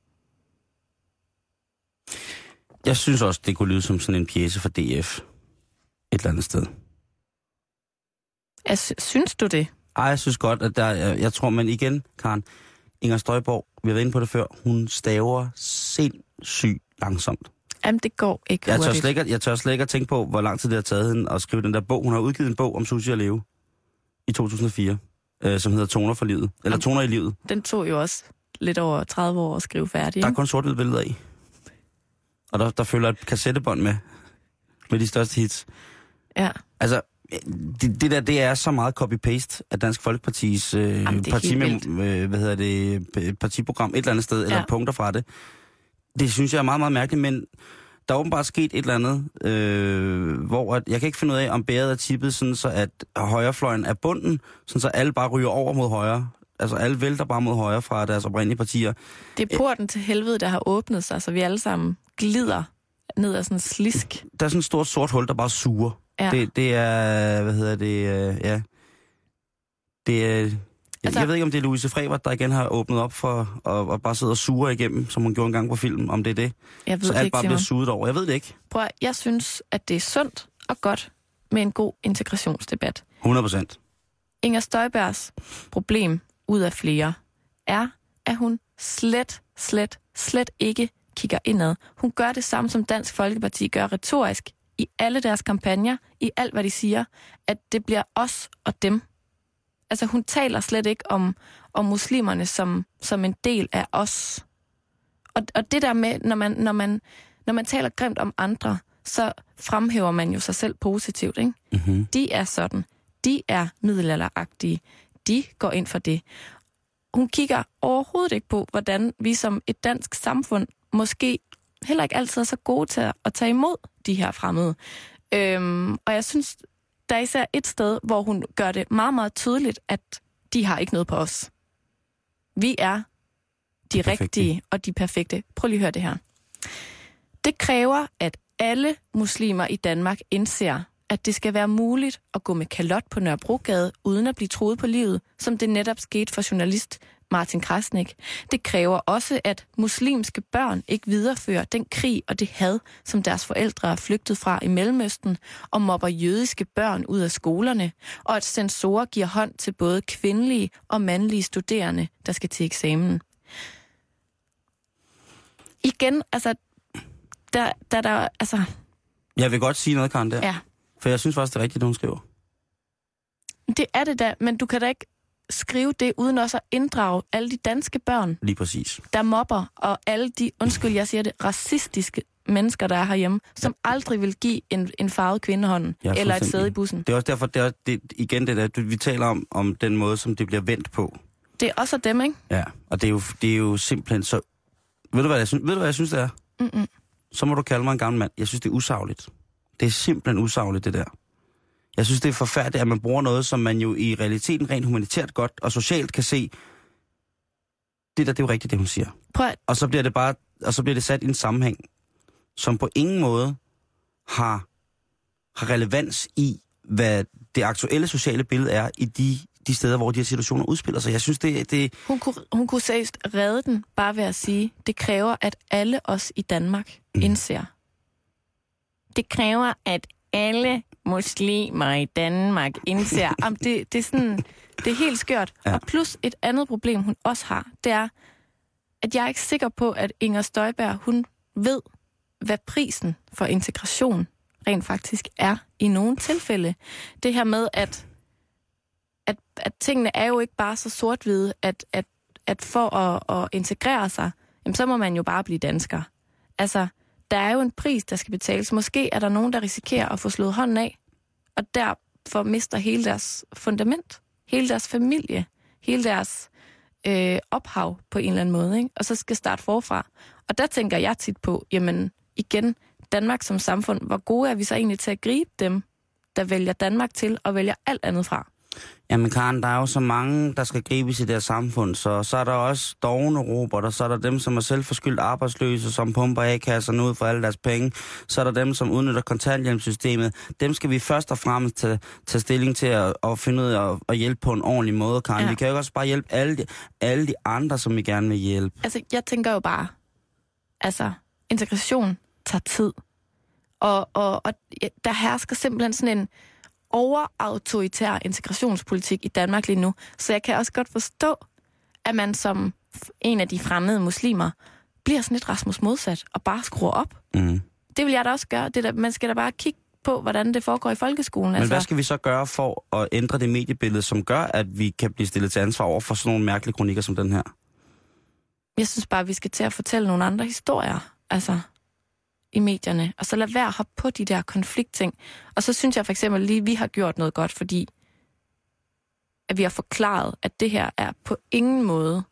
Jeg synes også, det kunne lyde som sådan en pjece for DF. Et eller andet sted. Synes du det? Ej, jeg synes godt, at jeg tror, men igen, Karen, Inger Støjborg, vi har været inde på det før, hun staver sindssygt langsomt. Jamen, det går ikke hurtigt. Jeg tør slet ikke at tænke på, hvor lang tid det har taget hende at skrive den der bog. Hun har udgivet en bog om Sussi og Leo i 2004, som hedder Toner for livet. Eller Toner i livet. Den tog jo også lidt over 30 år at skrive færdig. Der er kun sort-hvid billeder i. Og der følger et kassettebånd med de største hits. Ja. Altså, det er så meget copy-paste af Dansk Folkepartis partiprogram et eller andet sted, eller punkter fra det. Det synes jeg er meget, meget mærkeligt, men der er åbenbart sket et eller andet, hvor jeg kan ikke finde ud af, om bæret er tippet sådan, så at højrefløjen er bunden, sådan så alle bare ryger over mod højre. Altså alle vælter bare mod højre fra deres oprindelige partier. Det er porten til helvede, der har åbnet sig, så vi alle sammen glider ned ad sådan en slisk. Der er sådan et stort sort hul, der bare suger. Ja. Det er, ja. Det er... Altså, jeg ved ikke, om det er Louise Frevert, der igen har åbnet op for at bare sidde og suge igennem, som hun gjorde en gang på film, om det er det. Jeg ved så det alt ikke, bare bliver suget over. Jeg ved det ikke. Prøv, jeg synes, at det er sundt og godt med en god integrationsdebat. 100%. Inger Støjbergs problem ud af flere er, at hun slet ikke kigger indad. Hun gør det samme, som Dansk Folkeparti gør retorisk i alle deres kampagner, i alt, hvad de siger, at det bliver os og dem. Altså, hun taler slet ikke om muslimerne som en del af os. Og det der med, når man taler grimt om andre, så fremhæver man jo sig selv positivt, ikke? Mm-hmm. De er sådan. De er middelalderagtige. De går ind for det. Hun kigger overhovedet ikke på, hvordan vi som et dansk samfund måske heller ikke altid er så gode til at tage imod de her fremmede. Og jeg synes, der er især et sted, hvor hun gør det meget, meget tydeligt, at de har ikke noget på os. Vi er de rigtige og de perfekte. Prøv lige at høre det her. Det kræver, at alle muslimer i Danmark indser, at det skal være muligt at gå med kalot på Nørrebrogade, uden at blive truet på livet, som det netop skete for journalist Martin Krasnik. Det kræver også, at muslimske børn ikke viderefører den krig og det had, som deres forældre er flygtet fra i Mellemøsten, og mobber jødiske børn ud af skolerne, og at censorer giver hånd til både kvindelige og mandlige studerende, der skal til eksamen. Igen, altså, altså... Jeg vil godt sige noget, Karen, der. Ja. For jeg synes faktisk, det er rigtigt, det hun skriver. Det er det da, men du kan da ikke skrive det, uden også at inddrage alle de danske børn. Lige præcis. Der mobber, og alle de, undskyld, jeg siger det, racistiske mennesker, der er herhjemme, som aldrig vil give en farvet kvindehånd, eller et sæde i bussen. Det er også derfor, igen det der, vi taler om den måde, som det bliver vendt på. Det er også dem, ikke? Ja, og det er jo simpelthen så... Ved du, hvad jeg synes, det er? Mm-mm. Så må du kalde mig en gammel mand. Jeg synes, det er usagligt. Det er simpelthen usagligt, det der. Jeg synes, det er forfærdeligt, at man bruger noget, som man jo i realiteten rent humanitært godt og socialt kan se. Det er jo rigtigt, det hun siger. Og så bliver det sat i en sammenhæng, som på ingen måde har relevans i, hvad det aktuelle sociale billede er i de steder, hvor de her situationer udspiller sig. Jeg synes, det... Hun kunne seriøst redde den, bare ved at sige, det kræver, at alle os i Danmark indser. Det kræver, at alle muslimer i Danmark indser. Det er sådan, det er helt skørt. Ja. Og plus et andet problem, hun også har, det er, at jeg er ikke sikker på, at Inger Støjberg, hun ved, hvad prisen for integration rent faktisk er i nogle tilfælde. Det her med, at tingene er jo ikke bare så sort-hvide, at for at integrere sig, jamen, så må man jo bare blive dansker. Altså, der er jo en pris, der skal betales. Måske er der nogen, der risikerer at få slået hånden af, og derfor mister hele deres fundament, hele deres familie, hele deres ophav på en eller anden måde, ikke? Og så skal starte forfra. Og der tænker jeg tit på, jamen igen, Danmark som samfund, hvor gode er vi så egentlig til at gribe dem, der vælger Danmark til og vælger alt andet fra? Jamen Karen, der er jo så mange, der skal gribes i det her samfund, så er der også dovne robotter, så er der dem, som er selvforskyldt arbejdsløse, som pumper A-kasserne ud for alle deres penge, så er der dem, som udnytter kontanthjælpssystemet. Dem skal vi først og fremmest tage stilling til at finde ud af at hjælpe på en ordentlig måde, Karen. Ja. Vi kan jo også bare hjælpe alle de andre, som vi gerne vil hjælpe. Altså, jeg tænker jo bare, integration tager tid, og der hersker simpelthen sådan en overautoritær integrationspolitik i Danmark lige nu. Så jeg kan også godt forstå, at man som en af de fremmede muslimer bliver sådan lidt Rasmus modsat og bare skruer op. Mm. Det vil jeg da også gøre. Man skal da bare kigge på, hvordan det foregår i folkeskolen. Men hvad skal vi så gøre for at ændre det mediebillede, som gør, at vi kan blive stillet til ansvar over for sådan nogle mærkelige kronikker som den her? Jeg synes bare, vi skal til at fortælle nogle andre historier. I medierne, og så lad være at hoppe på de der konfliktting. Og så synes jeg for eksempel lige, at vi har gjort noget godt, fordi at vi har forklaret, at det her er på ingen måde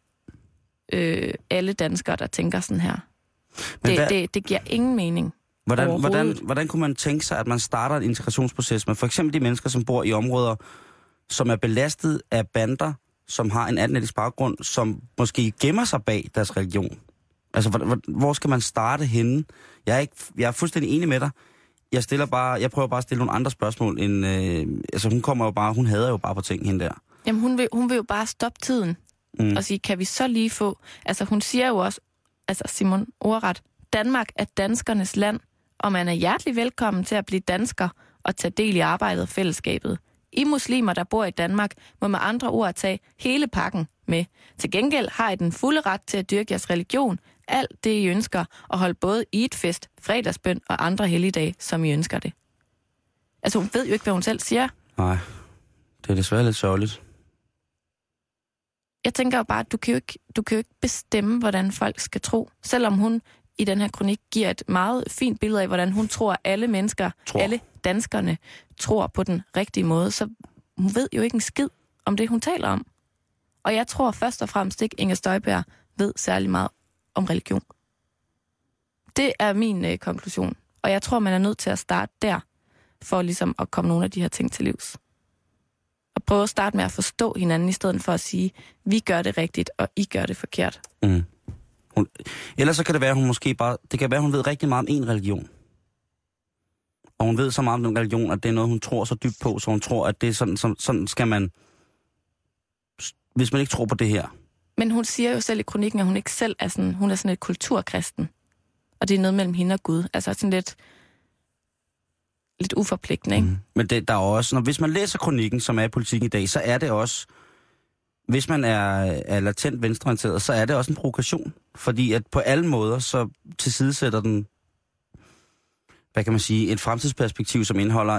alle danskere, der tænker sådan her. Det giver ingen mening. Hvordan kunne man tænke sig, at man starter en integrationsproces med for eksempel de mennesker, som bor i områder, som er belastet af bander, som har en anden etnisk baggrund, som måske gemmer sig bag deres religion? Altså, hvor skal man starte henne? Jeg er fuldstændig enig med dig. Jeg prøver bare at stille nogle andre spørgsmål, end, hun hader jo bare på ting, hende der. Jamen, hun vil jo bare stoppe tiden, og sige, kan vi så lige få... Altså, hun siger jo også, Simon ordret, Danmark er danskernes land, og man er hjertelig velkommen til at blive dansker og tage del i arbejdet og fællesskabet. I muslimer, der bor i Danmark, må med andre ord tage hele pakken med. Til gengæld har I den fulde ret til at dyrke jeres religion, alt det, I ønsker, og holde både Eid-fest, fredagsbøn og andre helligdage, som I ønsker det. Altså, hun ved jo ikke, hvad hun selv siger. Nej, det er desværre lidt sørgeligt. Jeg tænker jo bare, at du kan jo ikke bestemme, hvordan folk skal tro. Selvom hun i den her kronik giver et meget fint billede af, hvordan hun tror, at alle danskerne tror på den rigtige måde, så hun ved jo ikke en skid om det, hun taler om. Og jeg tror først og fremmest ikke, Inger Støjberg ved særlig meget om religion. Det er min konklusion. Og jeg tror, man er nødt til at starte der, for ligesom at komme nogle af de her ting til livs. Og prøve at starte med at forstå hinanden, i stedet for at sige, vi gør det rigtigt, og I gør det forkert. Mm. Ellers så kan det være, at hun ved rigtig meget om en religion. Og hun ved så meget om den religion, at det er noget, hun tror så dybt på, så hun tror, at det er sådan skal man... Hvis man ikke tror på det her. Men hun siger jo selv i kronikken, at hun ikke selv er sådan, hun er sådan et kulturkristen. Og det er noget mellem hende og Gud. Altså sådan lidt uforpligtende, ikke? Men der er også, hvis man læser kronikken, som er i Politikken i dag, så er det også, hvis man er latent venstreorienteret, så er det også en provokation. Fordi at på alle måder, så tilsidesætter den, hvad kan man sige, et fremtidsperspektiv, som indeholder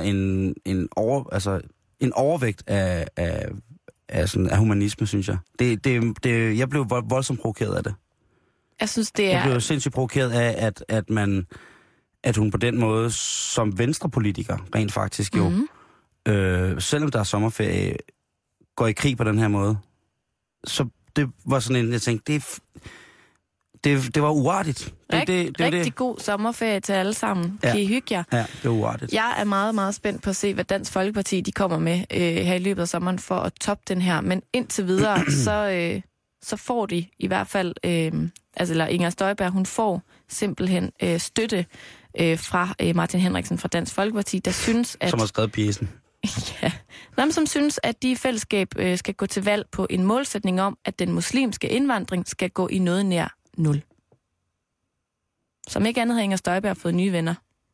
en overvægt af humanisme, synes jeg. Jeg blev voldsomt provokeret af det. Jeg synes, det er... Jeg blev sindssygt provokeret af, at hun på den måde, som venstrepolitiker, rent faktisk jo, selvom der er sommerferie, går i krig på den her måde. Så det var sådan en, jeg tænkte, det var uartigt. Rigtig god sommerferie til alle sammen. Kan I hygge jer? Ja, det var uartigt. Jeg er meget, meget spændt på at se, hvad Dansk Folkeparti de kommer med her i løbet af sommeren for at toppe den her. Men indtil videre, så får de i hvert fald, eller Inger Støjberg, hun får simpelthen støtte fra Martin Henriksen fra Dansk Folkeparti, der synes, at... Som har skrevet pjecen. Ja. Dem, som synes, at de i fællesskab skal gå til valg på en målsætning om, at den muslimske indvandring skal gå i noget nær 0. Som ikke andet har Inger Støjberg fået nye venner.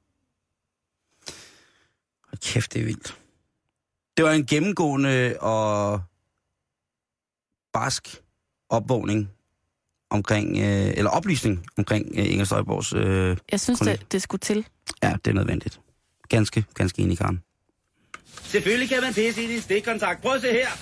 Kæft, det er vildt. Det var en gennemgående og barsk opvågning omkring, eller oplysning omkring Inger Støjbergs jeg synes, det skulle til. Ja, det er nødvendigt. Ganske enig, Karen. Selvfølgelig kan man pisse i din stikkontakt. Prøv at se her.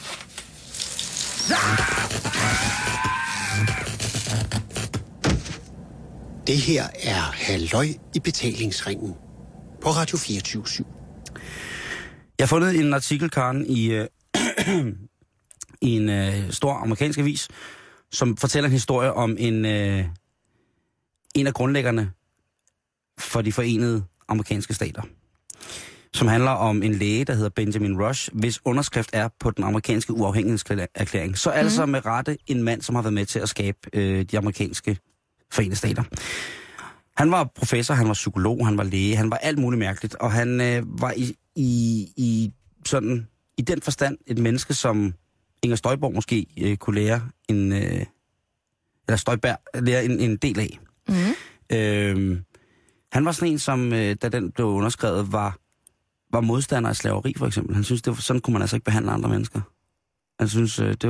Det her er Halløj i betalingsringen på Radio 24/7. Jeg har fundet en artikel, Karen, i en stor amerikansk avis, som fortæller en historie om en af grundlæggerne for de forenede amerikanske stater. Som handler om en læge, der hedder Benjamin Rush, hvis underskrift er på den amerikanske uafhængighedserklæring. Så altså med rette en mand, som har været med til at skabe de amerikanske forenede stater. Han var professor, han var psykolog, han var læge, han var alt muligt mærkeligt, og han var i den forstand et menneske, som Inger Støjberg måske kunne lære en del af. Han var sådan en, som da den blev underskrevet, var modstander af slaveri, for eksempel. Han synes, sådan kunne man altså ikke behandle andre mennesker. Han synes, det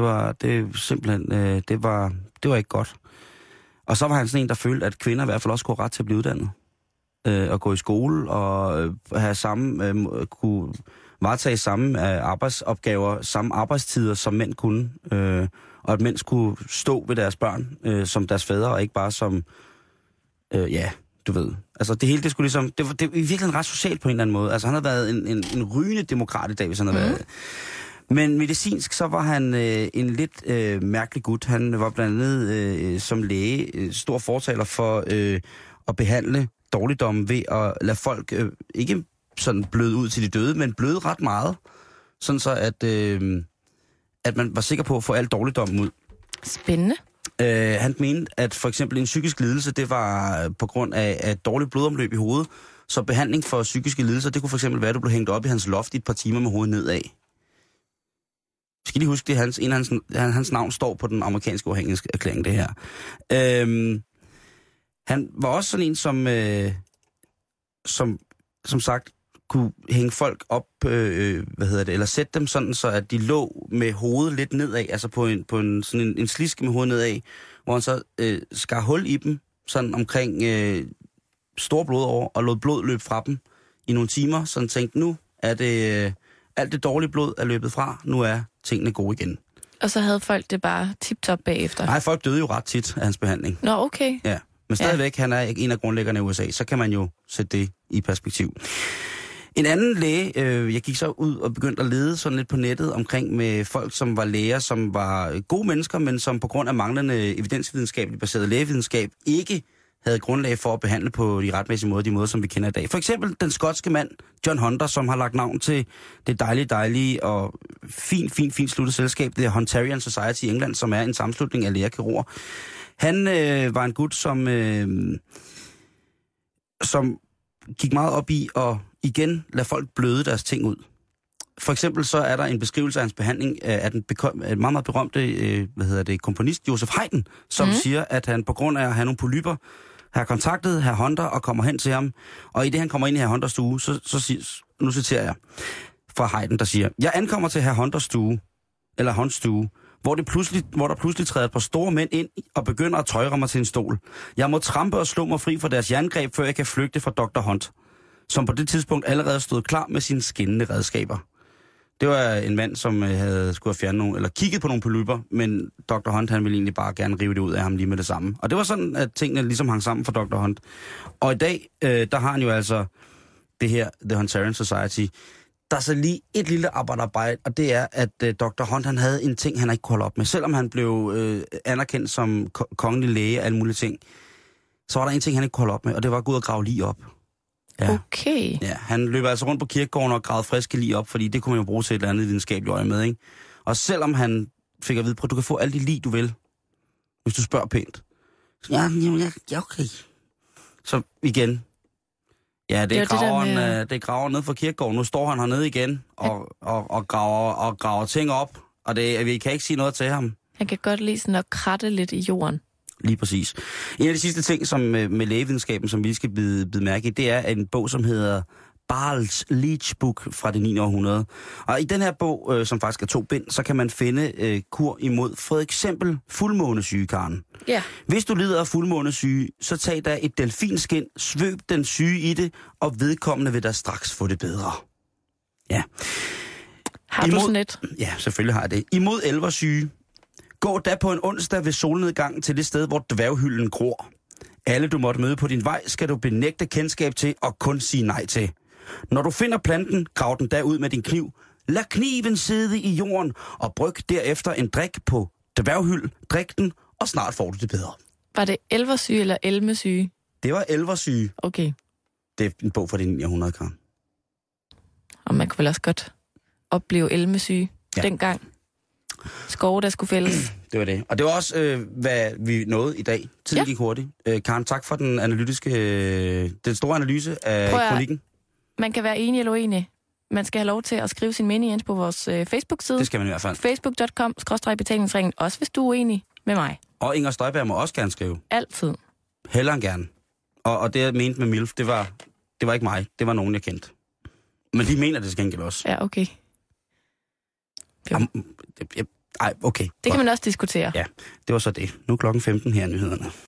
var ikke godt. Og så var han sådan en, der følte, at kvinder i hvert fald også kunne have ret til at blive uddannet. Og gå i skole og have kunne varetage samme arbejdsopgaver, samme arbejdstider, som mænd kunne. Og at mænd skulle stå ved deres børn som deres fædre, og ikke bare som, du ved. Altså det hele, det skulle ligesom, det var virkelig ret socialt på en eller anden måde. Altså han havde været en rygende demokrat i dag, hvis han havde været. Men medicinsk, så var han en lidt mærkelig gut. Han var blandt andet som læge stor fortaler for at behandle dårligdomme ved at lade folk ikke sådan bløde ud til de døde, men bløde ret meget. Sådan så, at man var sikker på at få al dårligdommen ud. Spændende. Han mente, at for eksempel en psykisk lidelse, det var på grund af et dårligt blodomløb i hovedet. Så behandling for psykiske lidelser, det kunne for eksempel være, at du blev hængt op i hans loft i et par timer med hovedet nedad. Skal lige huske, det hans navn står på den amerikanske uafhængighedserklæring, det her. Han var også sådan en, som sagt, kunne hænge folk op, eller sætte dem sådan, så at de lå med hovedet lidt nedad, altså på en sliske med hovedet nedad, hvor han så skar hul i dem, sådan omkring store blodår, og lod blod løbe fra dem i nogle timer, så han tænkte, nu er det alt det dårlige blod er løbet fra, nu er tingene gode igen. Og så havde folk det bare tip-top bagefter? Nej, folk døde jo ret tit af hans behandling. Nå, okay. Ja, men stadigvæk, han er en af grundlæggerne i USA, så kan man jo sætte det i perspektiv. En anden læge, jeg gik så ud og begyndte at lede sådan lidt på nettet omkring med folk, som var læger, som var gode mennesker, men som på grund af manglende evidensvidenskabeligt baseret lægevidenskab ikke havde grundlag for at behandle på de retmæssige måder, de måder, som vi kender i dag. For eksempel den skotske mand, John Hunter, som har lagt navn til det dejlige og fint sluttet selskab, det er Huntarian Society i England, som er en sammenslutning af læger-kirurger. Han var en gut, som gik meget op i at igen lade folk bløde deres ting ud. For eksempel så er der en beskrivelse af hans behandling af den meget, meget berømte komponist Joseph Haydn, som siger, at han på grund af at have nogle polypper har kontaktet hr. Hunter og kommer hen til ham. Og i det, han kommer ind i hr. Hunters stue, nu citerer jeg fra Haydn, der siger, jeg ankommer til hr. Hunters stue, eller Hunts stue, hvor der pludselig træder et par store mænd ind og begynder at tøjre mig til en stol. Jeg må trampe og slå mig fri fra deres jerngreb, før jeg kan flygte fra Dr. Hunt, som på det tidspunkt allerede stod klar med sine skinnende redskaber. Det var en mand, som skulle have fjernet nogle, eller kigget på nogle polypper, men Dr. Hunt, han ville egentlig bare gerne rive det ud af ham lige med det samme. Og det var sådan, at tingene ligesom hang sammen for Dr. Hunt. Og i dag, der har han jo altså det her, The Huntarian Society. Der er så lige et lille arbejde, og det er, at Dr. Hunt, han havde en ting, han ikke kunne holde op med. Selvom han blev anerkendt som kongelig læge og alle mulige ting, så var der en ting, han ikke kunne holde op med, og det var at gå ud og grave lig op. Ja. Okay. Ja, han løber altså rundt på kirkegården og gravede friske lig op, fordi det kunne man jo bruge til et eller andet videnskabeligt øje med, ikke? Og selvom han fik at vide, at du kan få alle de lig, du vil, hvis du spørger pænt. Ja, okay. Så igen. Ja, det er graveren nede fra kirkegården. Nu står han hernede igen og graver ting op, og vi kan ikke sige noget til ham. Han kan godt lide sådan at kratte lidt i jorden. Lige præcis. En af de sidste ting som med lægevidenskaben, som vi skal bide mærke i, det er en bog, som hedder Barles Leech Book fra det 9. århundrede. Og i den her bog, som faktisk er 2 bind, så kan man finde kur imod for eksempel fuldmånesyge, Karen. Ja. Hvis du lider af fuldmånesyge, så tag da et delfinskin, svøb den syge i det, og vedkommende vil der straks få det bedre. Ja. Har du sådan et? Ja, selvfølgelig har jeg det. Imod elversyge. Gå da på en onsdag ved solnedgang til det sted, hvor dværghylden gror. Alle du måtte møde på din vej, skal du benægte kendskab til og kun sige nej til. Når du finder planten, grav den da ud med din kniv. Lad kniven sidde i jorden og bryg derefter en drik på dværghyld, drik den og snart får du det bedre. Var det elversyge eller elmesyge? Det var elversyge. Okay. Det er en bog fra de 900, Karen. Og man kunne vel også godt opleve elmesyge dengang. Skove, der skulle fældes. Det var det. Og det var også, hvad vi nåede i dag. Tiden gik hurtigt. Karen, tak for den store analyse af kronikken. Man kan være enig eller uenig. Man skal have lov til at skrive sin mening ind på vores Facebook-side. Det skal man i hvert fald. Facebook.com/betalingsringen, også hvis du er uenig med mig. Og Inger Støjberg må også gerne skrive. Altid. Hellere end gerne. Og det, jeg mente med MILF, det var ikke mig. Det var nogen, jeg kendte. Men de mener det til gengæld også. Ja, okay. Okay. Det kan man også diskutere. Ja, det var så det. Nu er klokken 15 her i nyhederne.